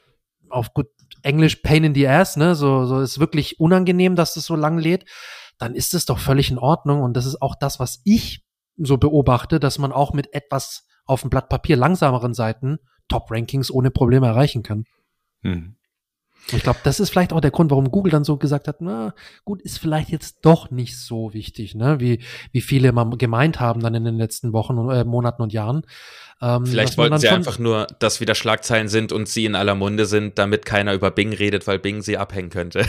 auf gut Englisch Pain in the Ass, ne? So so ist wirklich unangenehm, dass das so lang lädt. Dann ist es doch völlig in Ordnung und das ist auch das, was ich so beobachte, dass man auch mit etwas auf dem Blatt Papier langsameren Seiten Top-Rankings ohne Probleme erreichen kann. Hm. Ich glaube, das ist vielleicht auch der Grund, warum Google dann so gesagt hat, na gut, ist vielleicht jetzt doch nicht so wichtig, ne, wie wie viele mal gemeint haben dann in den letzten Wochen, und, äh, Monaten und Jahren. Ähm, Vielleicht dass man wollten dann sie schon- einfach nur, dass wieder Schlagzeilen sind und sie in aller Munde sind, damit keiner über Bing redet, weil Bing sie abhängen könnte.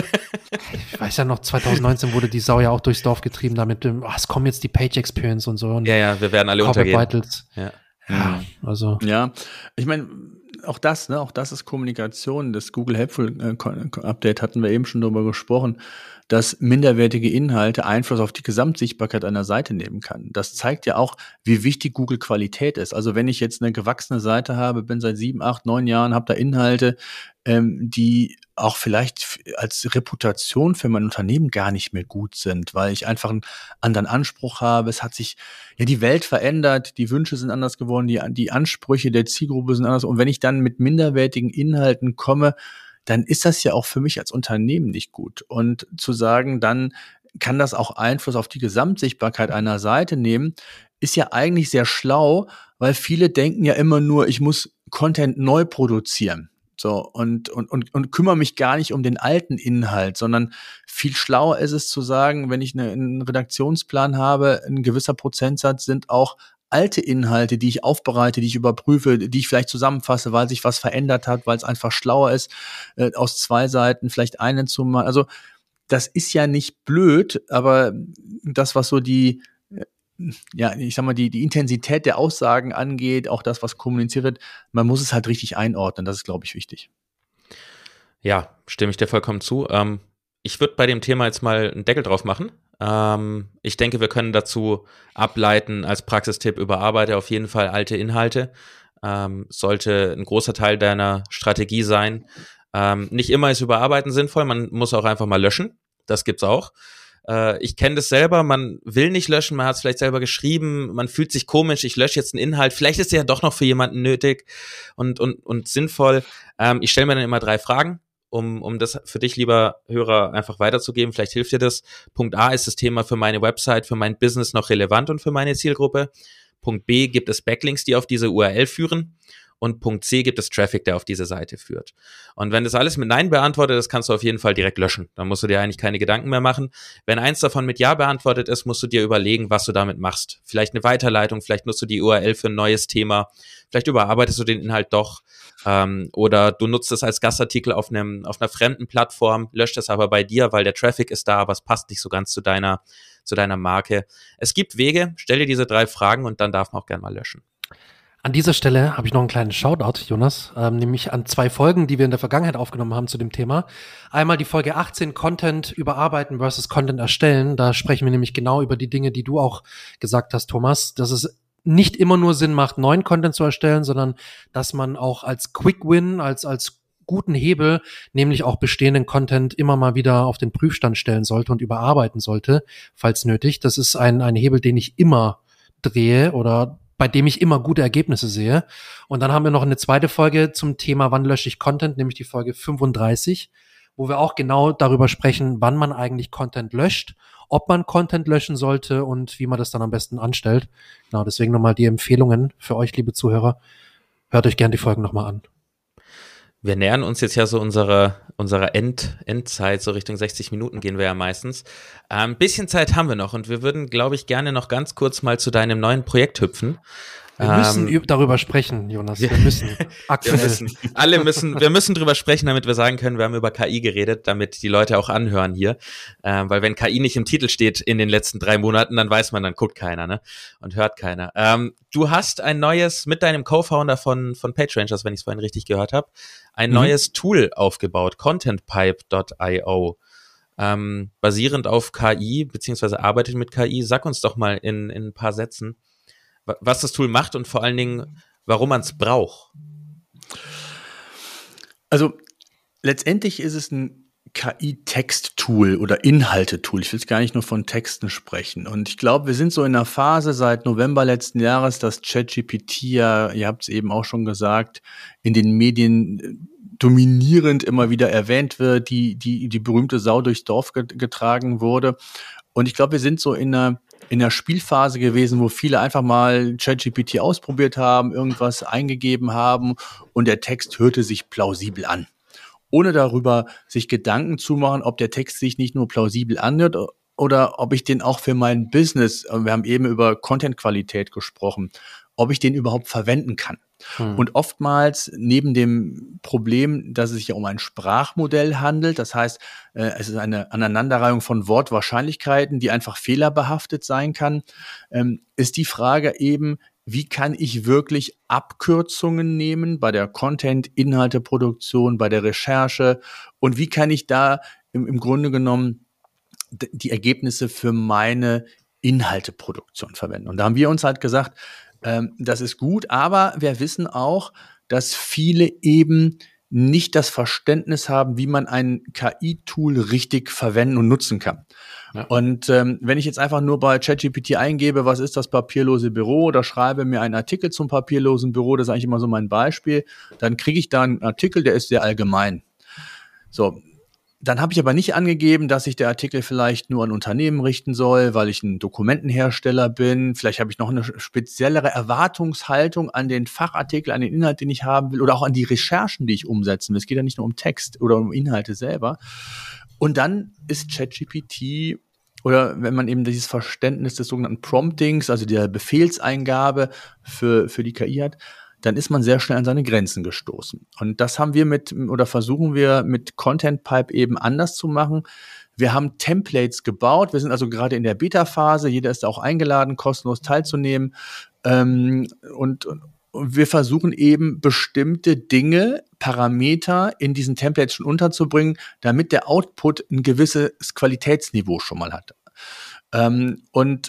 Ich weiß ja noch, zwanzig neunzehn wurde die Sau ja auch durchs Dorf getrieben, damit dem, oh, es kommen jetzt die Page Experience und so und ja, ja, wir werden alle Corporate untergehen. Vitals. Ja. Ja, also Ja, ich meine, auch das, ne, auch das ist Kommunikation. Das Google Helpful äh, Update hatten wir eben schon darüber gesprochen, dass minderwertige Inhalte Einfluss auf die Gesamtsichtbarkeit einer Seite nehmen kann. Das zeigt ja auch, wie wichtig Google Qualität ist. Also wenn ich jetzt eine gewachsene Seite habe, bin seit sieben, acht, neun Jahren, habe da Inhalte, ähm, die auch vielleicht f- als Reputation für mein Unternehmen gar nicht mehr gut sind, weil ich einfach einen anderen Anspruch habe. Es hat sich ja die Welt verändert, die Wünsche sind anders geworden, die, die Ansprüche der Zielgruppe sind anders. Und wenn ich dann mit minderwertigen Inhalten komme, dann ist das ja auch für mich als Unternehmen nicht gut. Und zu sagen, dann kann das auch Einfluss auf die Gesamtsichtbarkeit einer Seite nehmen, ist ja eigentlich sehr schlau, weil viele denken ja immer nur, ich muss Content neu produzieren. So, und, und, und, und kümmere mich gar nicht um den alten Inhalt, sondern viel schlauer ist es zu sagen, wenn ich eine, einen Redaktionsplan habe, ein gewisser Prozentsatz sind auch alte Inhalte, die ich aufbereite, die ich überprüfe, die ich vielleicht zusammenfasse, weil sich was verändert hat, weil es einfach schlauer ist, äh, aus zwei Seiten vielleicht einen zu machen. Also das ist ja nicht blöd, aber das, was so die ja, ich sag mal, die, die Intensität der Aussagen angeht, auch das, was kommuniziert wird, man muss es halt richtig einordnen. Das ist, glaube ich, wichtig. Ja, stimme ich dir vollkommen zu. Ähm, ich würde bei dem Thema jetzt mal einen Deckel drauf machen. Ähm, ich denke, wir können dazu ableiten als Praxistipp, überarbeite auf jeden Fall alte Inhalte. Ähm, sollte ein großer Teil deiner Strategie sein. Ähm, nicht immer ist Überarbeiten sinnvoll, man muss auch einfach mal löschen. Das gibt's auch. Ich kenne das selber, man will nicht löschen, man hat es vielleicht selber geschrieben, man fühlt sich komisch, ich lösche jetzt einen Inhalt, vielleicht ist der ja doch noch für jemanden nötig und und und sinnvoll. Ähm, ich stelle mir dann immer drei Fragen, um um das für dich, lieber Hörer, einfach weiterzugeben, vielleicht hilft dir das. Punkt A, ist das Thema für meine Website, für mein Business noch relevant und für meine Zielgruppe? Punkt B, gibt es Backlinks, die auf diese U R L führen? Und Punkt C, gibt es Traffic, der auf diese Seite führt. Und wenn das alles mit Nein beantwortet ist, kannst du auf jeden Fall direkt löschen. Dann musst du dir eigentlich keine Gedanken mehr machen. Wenn eins davon mit Ja beantwortet ist, musst du dir überlegen, was du damit machst. Vielleicht eine Weiterleitung, vielleicht nutzt du die U R L für ein neues Thema, vielleicht überarbeitest du den Inhalt doch ähm, oder du nutzt es als Gastartikel auf einem auf einer fremden Plattform, löscht es aber bei dir, weil der Traffic ist da, aber es passt nicht so ganz zu deiner, zu deiner Marke. Es gibt Wege, stell dir diese drei Fragen und dann darf man auch gerne mal löschen. An dieser Stelle habe ich noch einen kleinen Shoutout, Jonas, ähm, nämlich an zwei Folgen, die wir in der Vergangenheit aufgenommen haben zu dem Thema. Einmal die Folge achtzehn, Content überarbeiten versus Content erstellen. Da sprechen wir nämlich genau über die Dinge, die du auch gesagt hast, Thomas, dass es nicht immer nur Sinn macht, neuen Content zu erstellen, sondern dass man auch als Quick Win, als als guten Hebel, nämlich auch bestehenden Content immer mal wieder auf den Prüfstand stellen sollte und überarbeiten sollte, falls nötig. Das ist ein, ein Hebel, den ich immer drehe oder bei dem ich immer gute Ergebnisse sehe. Und dann haben wir noch eine zweite Folge zum Thema, wann lösche ich Content, nämlich die Folge fünfunddreißig, wo wir auch genau darüber sprechen, wann man eigentlich Content löscht, ob man Content löschen sollte und wie man das dann am besten anstellt. Genau, deswegen nochmal die Empfehlungen für euch, liebe Zuhörer. Hört euch gerne die Folgen nochmal an. Wir nähern uns jetzt ja so unserer, unserer End, Endzeit, so Richtung sechzig Minuten gehen wir ja meistens. Ein ähm, bisschen Zeit haben wir noch und wir würden, glaube ich, gerne noch ganz kurz mal zu deinem neuen Projekt hüpfen. Wir müssen ähm, darüber sprechen, Jonas. Wir müssen. Aktuell. Wir müssen. Alle müssen, wir müssen drüber sprechen, damit wir sagen können, wir haben über K I geredet, damit die Leute auch anhören hier. Ähm, weil wenn K I nicht im Titel steht in den letzten drei Monaten, dann weiß man, dann guckt keiner, ne? Und hört keiner. Ähm, du hast ein neues, mit deinem Co-Founder von, von PageRangers, wenn ich es vorhin richtig gehört habe, ein mhm. neues Tool aufgebaut, contentpipe Punkt io. Ähm, basierend auf K I, beziehungsweise arbeitet mit K I. Sag uns doch mal in, in ein paar Sätzen, was das Tool macht und vor allen Dingen, warum man es braucht. Also letztendlich ist es ein K I-Text-Tool oder Inhalte-Tool. Ich will jetzt gar nicht nur von Texten sprechen. Und ich glaube, wir sind so in einer Phase seit November letzten Jahres, dass ChatGPT ja, ihr habt es eben auch schon gesagt, in den Medien dominierend immer wieder erwähnt wird, die, die, die berühmte Sau durchs Dorf getragen wurde. Und ich glaube, wir sind so in einer in der Spielphase gewesen, wo viele einfach mal ChatGPT ausprobiert haben, irgendwas eingegeben haben und der Text hörte sich plausibel an. Ohne darüber sich Gedanken zu machen, ob der Text sich nicht nur plausibel anhört oder ob ich den auch für mein Business, wir haben eben über Content-Qualität gesprochen, ob ich den überhaupt verwenden kann. Hm. Und oftmals neben dem Problem, dass es sich ja um ein Sprachmodell handelt, das heißt, äh, es ist eine Aneinanderreihung von Wortwahrscheinlichkeiten, die einfach fehlerbehaftet sein kann, ähm, ist die Frage eben, wie kann ich wirklich Abkürzungen nehmen bei der Content-Inhalteproduktion, bei der Recherche und wie kann ich da im, im Grunde genommen d- die Ergebnisse für meine Inhalteproduktion verwenden. Und da haben wir uns halt gesagt, das ist gut, aber wir wissen auch, dass viele eben nicht das Verständnis haben, wie man ein K I-Tool richtig verwenden und nutzen kann. Ja. Und ähm, wenn ich jetzt einfach nur bei ChatGPT eingebe, was ist das papierlose Büro, oder schreibe mir einen Artikel zum papierlosen Büro, das ist eigentlich immer so mein Beispiel, dann kriege ich da einen Artikel, der ist sehr allgemein. So, Dann habe ich aber nicht angegeben, dass sich der Artikel vielleicht nur an Unternehmen richten soll, weil ich ein Dokumentenhersteller bin. Vielleicht habe ich noch eine speziellere Erwartungshaltung an den Fachartikel, an den Inhalt, den ich haben will, oder auch an die Recherchen, die ich umsetzen will. Es geht ja nicht nur um Text oder um Inhalte selber. Und dann ist ChatGPT, oder wenn man eben dieses Verständnis des sogenannten Promptings, also der Befehlseingabe für, für die K I hat, dann ist man sehr schnell an seine Grenzen gestoßen. Und das haben wir mit, oder versuchen wir mit Content Pipe eben anders zu machen. Wir haben Templates gebaut. Wir sind also gerade in der Beta-Phase. Jeder ist auch eingeladen, kostenlos teilzunehmen. Ähm, und, und wir versuchen eben bestimmte Dinge, Parameter in diesen Templates schon unterzubringen, damit der Output ein gewisses Qualitätsniveau schon mal hat. Ähm, und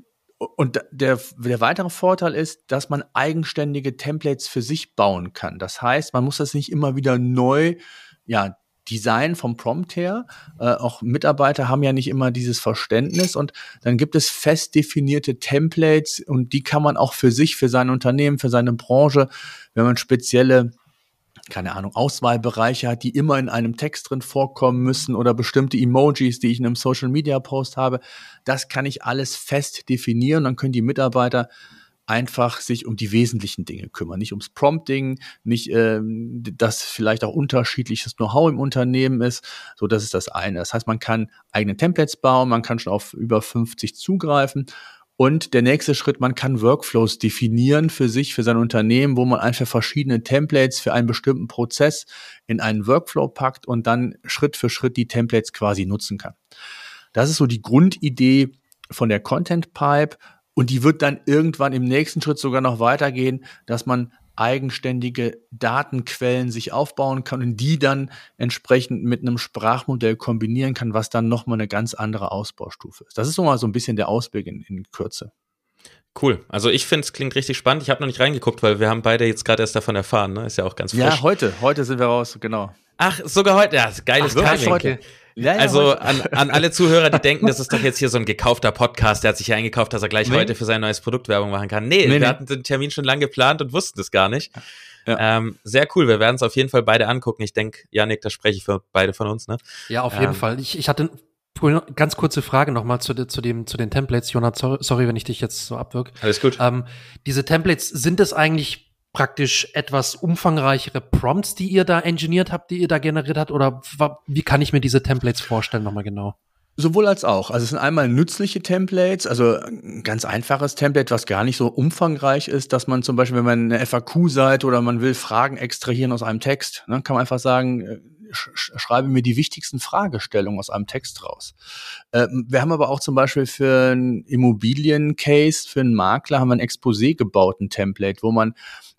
Und der, der weitere Vorteil ist, dass man eigenständige Templates für sich bauen kann. Das heißt, man muss das nicht immer wieder neu, ja, designen vom Prompt her. Äh, auch Mitarbeiter haben ja nicht immer dieses Verständnis. Und dann gibt es fest definierte Templates und die kann man auch für sich, für sein Unternehmen, für seine Branche, wenn man spezielle, keine Ahnung, Auswahlbereiche hat, die immer in einem Text drin vorkommen müssen oder bestimmte Emojis, die ich in einem Social-Media-Post habe, das kann ich alles fest definieren. Dann können die Mitarbeiter einfach sich um die wesentlichen Dinge kümmern. Nicht ums Prompting, nicht, ähm, dass vielleicht auch unterschiedliches Know-how im Unternehmen ist. So, das ist das eine. Das heißt, man kann eigene Templates bauen, man kann schon auf über fünfzig zugreifen. Und der nächste Schritt, man kann Workflows definieren für sich, für sein Unternehmen, wo man einfach verschiedene Templates für einen bestimmten Prozess in einen Workflow packt und dann Schritt für Schritt die Templates quasi nutzen kann. Das ist so die Grundidee von der Content Pipe und die wird dann irgendwann im nächsten Schritt sogar noch weitergehen, dass man eigenständige Datenquellen sich aufbauen kann und die dann entsprechend mit einem Sprachmodell kombinieren kann, was dann nochmal eine ganz andere Ausbaustufe ist. Das ist nochmal so ein bisschen der Ausblick in, in Kürze. Cool. Also ich finde, es klingt richtig spannend. Ich habe noch nicht reingeguckt, weil wir haben beide jetzt gerade erst davon erfahren. Ne? Ist ja auch ganz frisch. Ja, heute. Heute sind wir raus, genau. Ach, sogar heute. Ja, geiles Ach, Timing. heute. Ja, ja, also heute. an, an alle Zuhörer, die denken, das ist doch jetzt hier so ein gekaufter Podcast, der hat sich hier eingekauft, dass er gleich nee. heute für sein neues Produkt Werbung machen kann. Nee, nee wir nee. hatten den Termin schon lange geplant und wussten das gar nicht. Ja. Ähm, sehr cool, wir werden es auf jeden Fall beide angucken. Ich denke, Yannick, da spreche ich für beide von uns. Ne? Ja, auf jeden ähm, Fall. Ich, ich hatte ganz kurze Frage nochmal zu, zu, dem, zu den Templates. Jonas, sorry, sorry, wenn ich dich jetzt so abwirke. Alles gut. Ähm, diese Templates, sind es eigentlich praktisch etwas umfangreichere Prompts, die ihr da engineert habt, die ihr da generiert habt? Oder wie kann ich mir diese Templates vorstellen nochmal genau? Sowohl als auch. Also es sind einmal nützliche Templates, also ein ganz einfaches Template, was gar nicht so umfangreich ist, dass man zum Beispiel, wenn man eine F A Q-Seite oder man will Fragen extrahieren aus einem Text, ne, kann man einfach sagen, sch- schreibe mir die wichtigsten Fragestellungen aus einem Text raus. Ähm, wir haben aber auch zum Beispiel für einen Immobilien-Case, für einen Makler, haben wir ein Exposé gebaut, ein Template, wo man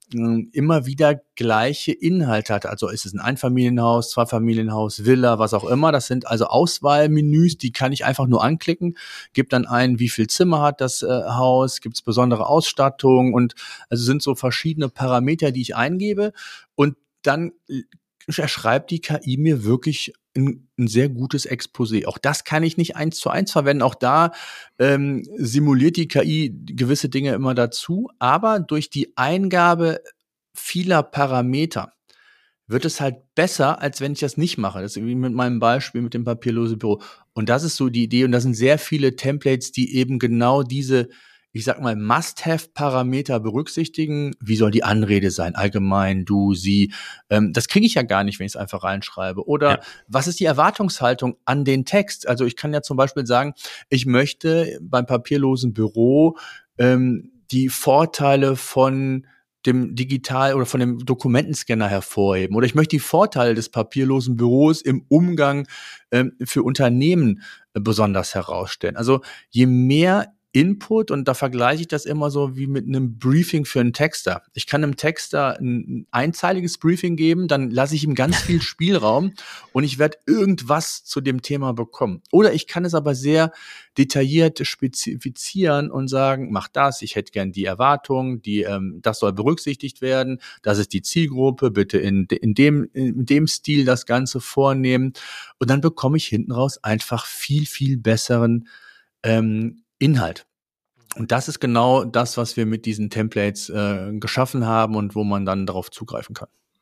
immer wieder gleiche Inhalte hat. Also ist es ein Einfamilienhaus, Zweifamilienhaus, Villa, was auch immer. Das sind also Auswahlmenüs, die kann ich einfach nur anklicken, gebe dann ein, wie viel Zimmer hat das äh, Haus, gibt es besondere Ausstattung und also sind so verschiedene Parameter, die ich eingebe und dann erschreibt die K I mir wirklich ein, ein sehr gutes Exposé. Auch das kann ich nicht eins zu eins verwenden. Auch da ähm, simuliert die K I gewisse Dinge immer dazu. Aber durch die Eingabe vieler Parameter wird es halt besser, als wenn ich das nicht mache. Das ist wie mit meinem Beispiel mit dem papierlose Büro. Und das ist so die Idee. Und das sind sehr viele Templates, die eben genau diese, ich sag mal, Must-Have-Parameter berücksichtigen. Wie soll die Anrede sein? Allgemein, du, sie. Ähm, das kriege ich ja gar nicht, wenn ich es einfach reinschreibe. Oder ja. Was ist die Erwartungshaltung an den Text? Also ich kann ja zum Beispiel sagen, ich möchte beim papierlosen Büro ähm, die Vorteile von dem Digital- oder von dem Dokumentenscanner hervorheben. Oder ich möchte die Vorteile des papierlosen Büros im Umgang ähm, für Unternehmen äh, besonders herausstellen. Also je mehr Input, und da vergleiche ich das immer so wie mit einem Briefing für einen Texter. Ich kann einem Texter ein einzeiliges Briefing geben, dann lasse ich ihm ganz viel Spielraum und ich werde irgendwas zu dem Thema bekommen. Oder ich kann es aber sehr detailliert spezifizieren und sagen, mach das, ich hätte gern die Erwartung, die, ähm, das soll berücksichtigt werden, das ist die Zielgruppe, bitte in, in, dem, in dem Stil das Ganze vornehmen. Und dann bekomme ich hinten raus einfach viel, viel besseren ähm, Inhalt. Und das ist genau das, was wir mit diesen Templates äh, geschaffen haben und wo man dann darauf zugreifen kann.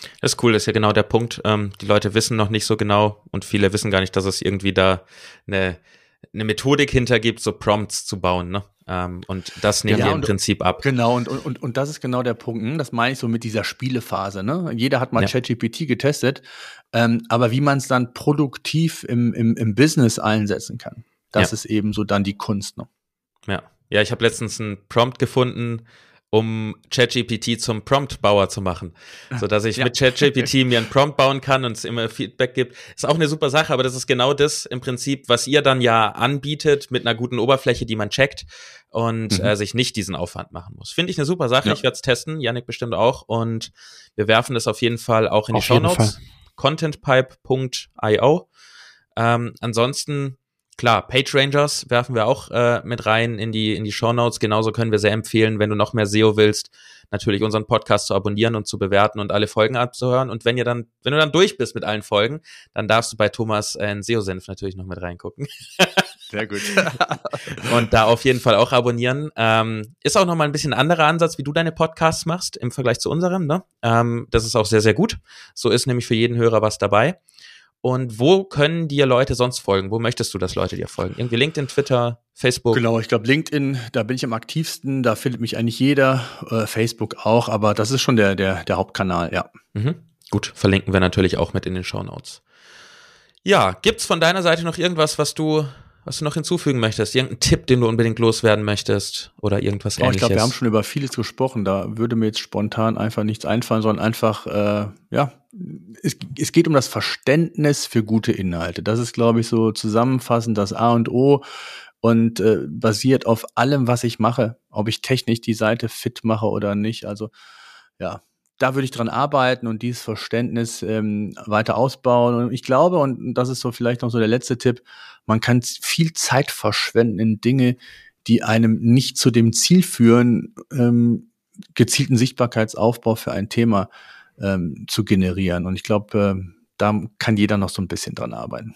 Das ist cool, das ist ja genau der Punkt. Ähm, die Leute wissen noch nicht so genau und viele wissen gar nicht, dass es irgendwie da eine, eine Methodik hinter gibt, so Prompts zu bauen, ne? Ähm, und das nehmen Ja, wir im und- Prinzip ab. Genau, und, und, und das ist genau der Punkt. hm, Das meine ich so mit dieser Spielephase. Ne? Jeder hat mal Ja. ChatGPT getestet, ähm, aber wie man es dann produktiv im, im, im Business einsetzen kann, das Ja. ist eben so dann die Kunst. Ne? Ja, ja, ich habe letztens einen Prompt gefunden, um ChatGPT zum Promptbauer zu machen, so dass ich Ja. mit ChatGPT mir einen Prompt bauen kann und es immer Feedback gibt. Ist auch eine super Sache, aber das ist genau das im Prinzip, was ihr dann ja anbietet mit einer guten Oberfläche, die man checkt und Mhm. äh, sich nicht diesen Aufwand machen muss. Finde ich eine super Sache. Ja. Ich werde es testen, Yannick bestimmt auch und wir werfen das auf jeden Fall auch in Auf die jeden Shownotes. Fall. contentpipe punkt io. Ähm, ansonsten Klar, Page Rangers werfen wir auch äh, mit rein in die in die Shownotes. Genauso können wir sehr empfehlen, wenn du noch mehr S E O willst, natürlich unseren Podcast zu abonnieren und zu bewerten und alle Folgen abzuhören. Und wenn ihr dann, wenn du dann durch bist mit allen Folgen, dann darfst du bei Thomas äh, einen S E O-Senf natürlich noch mit reingucken. Sehr gut. Und da auf jeden Fall auch abonnieren. Ähm, ist auch nochmal ein bisschen ein anderer Ansatz, wie du deine Podcasts machst im Vergleich zu unserem. Ne? Ähm, das ist auch sehr, sehr gut. So ist nämlich für jeden Hörer was dabei. Und wo können dir Leute sonst folgen? Wo möchtest du, dass Leute dir folgen? Irgendwie LinkedIn, Twitter, Facebook? Genau, ich glaube, LinkedIn, da bin ich am aktivsten, da findet mich eigentlich jeder, äh, Facebook auch, aber das ist schon der, der, der Hauptkanal, ja. Mhm. Gut, verlinken wir natürlich auch mit in den Shownotes. Ja, gibt's von deiner Seite noch irgendwas, was du, was du noch hinzufügen möchtest? Irgendein Tipp, den du unbedingt loswerden möchtest oder irgendwas Oh, ich Ähnliches? glaube, wir haben schon über vieles gesprochen. Da würde mir jetzt spontan einfach nichts einfallen, sondern einfach, äh, ja, es, es geht um das Verständnis für gute Inhalte. Das ist, glaube ich, so zusammenfassend das A und O und äh, basiert auf allem, was ich mache, ob ich technisch die Seite fit mache oder nicht. Also, ja, da würde ich dran arbeiten und dieses Verständnis ähm, weiter ausbauen. Und ich glaube, und das ist so vielleicht noch so der letzte Tipp, man kann viel Zeit verschwenden in Dinge, die einem nicht zu dem Ziel führen, ähm, gezielten Sichtbarkeitsaufbau für ein Thema ähm, zu generieren. Und ich glaube, ähm, da kann jeder noch so ein bisschen dran arbeiten.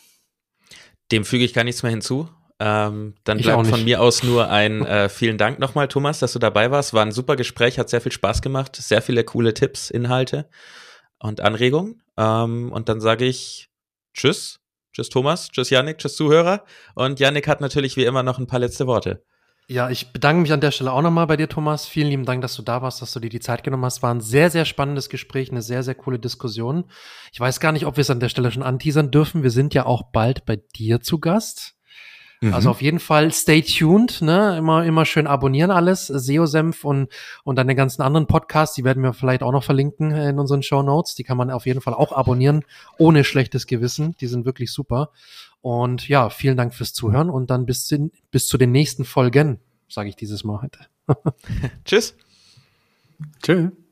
Dem füge ich gar nichts mehr hinzu. Ähm, dann Ich auch bleibt von nicht. mir aus nur ein äh, vielen Dank nochmal, Thomas, dass du dabei warst. War ein super Gespräch, hat sehr viel Spaß gemacht, sehr viele coole Tipps, Inhalte und Anregungen. Ähm, und dann sage ich Tschüss. Tschüss, Thomas. Tschüss, Yannick. Tschüss, Zuhörer. Und Yannick hat natürlich wie immer noch ein paar letzte Worte. Ja, ich bedanke mich an der Stelle auch nochmal bei dir, Thomas. Vielen lieben Dank, dass du da warst, dass du dir die Zeit genommen hast. War ein sehr, sehr spannendes Gespräch, eine sehr, sehr coole Diskussion. Ich weiß gar nicht, ob wir es an der Stelle schon anteasern dürfen. Wir sind ja auch bald bei dir zu Gast. Also auf jeden Fall stay tuned, ne? Immer, immer schön abonnieren alles. S E O-Senf und, und deine ganzen anderen Podcasts, die werden wir vielleicht auch noch verlinken in unseren Shownotes. Die kann man auf jeden Fall auch abonnieren, ohne schlechtes Gewissen. Die sind wirklich super. Und ja, vielen Dank fürs Zuhören und dann bis, zu, bis zu den nächsten Folgen, sage ich dieses Mal heute. Tschüss. Tschüss.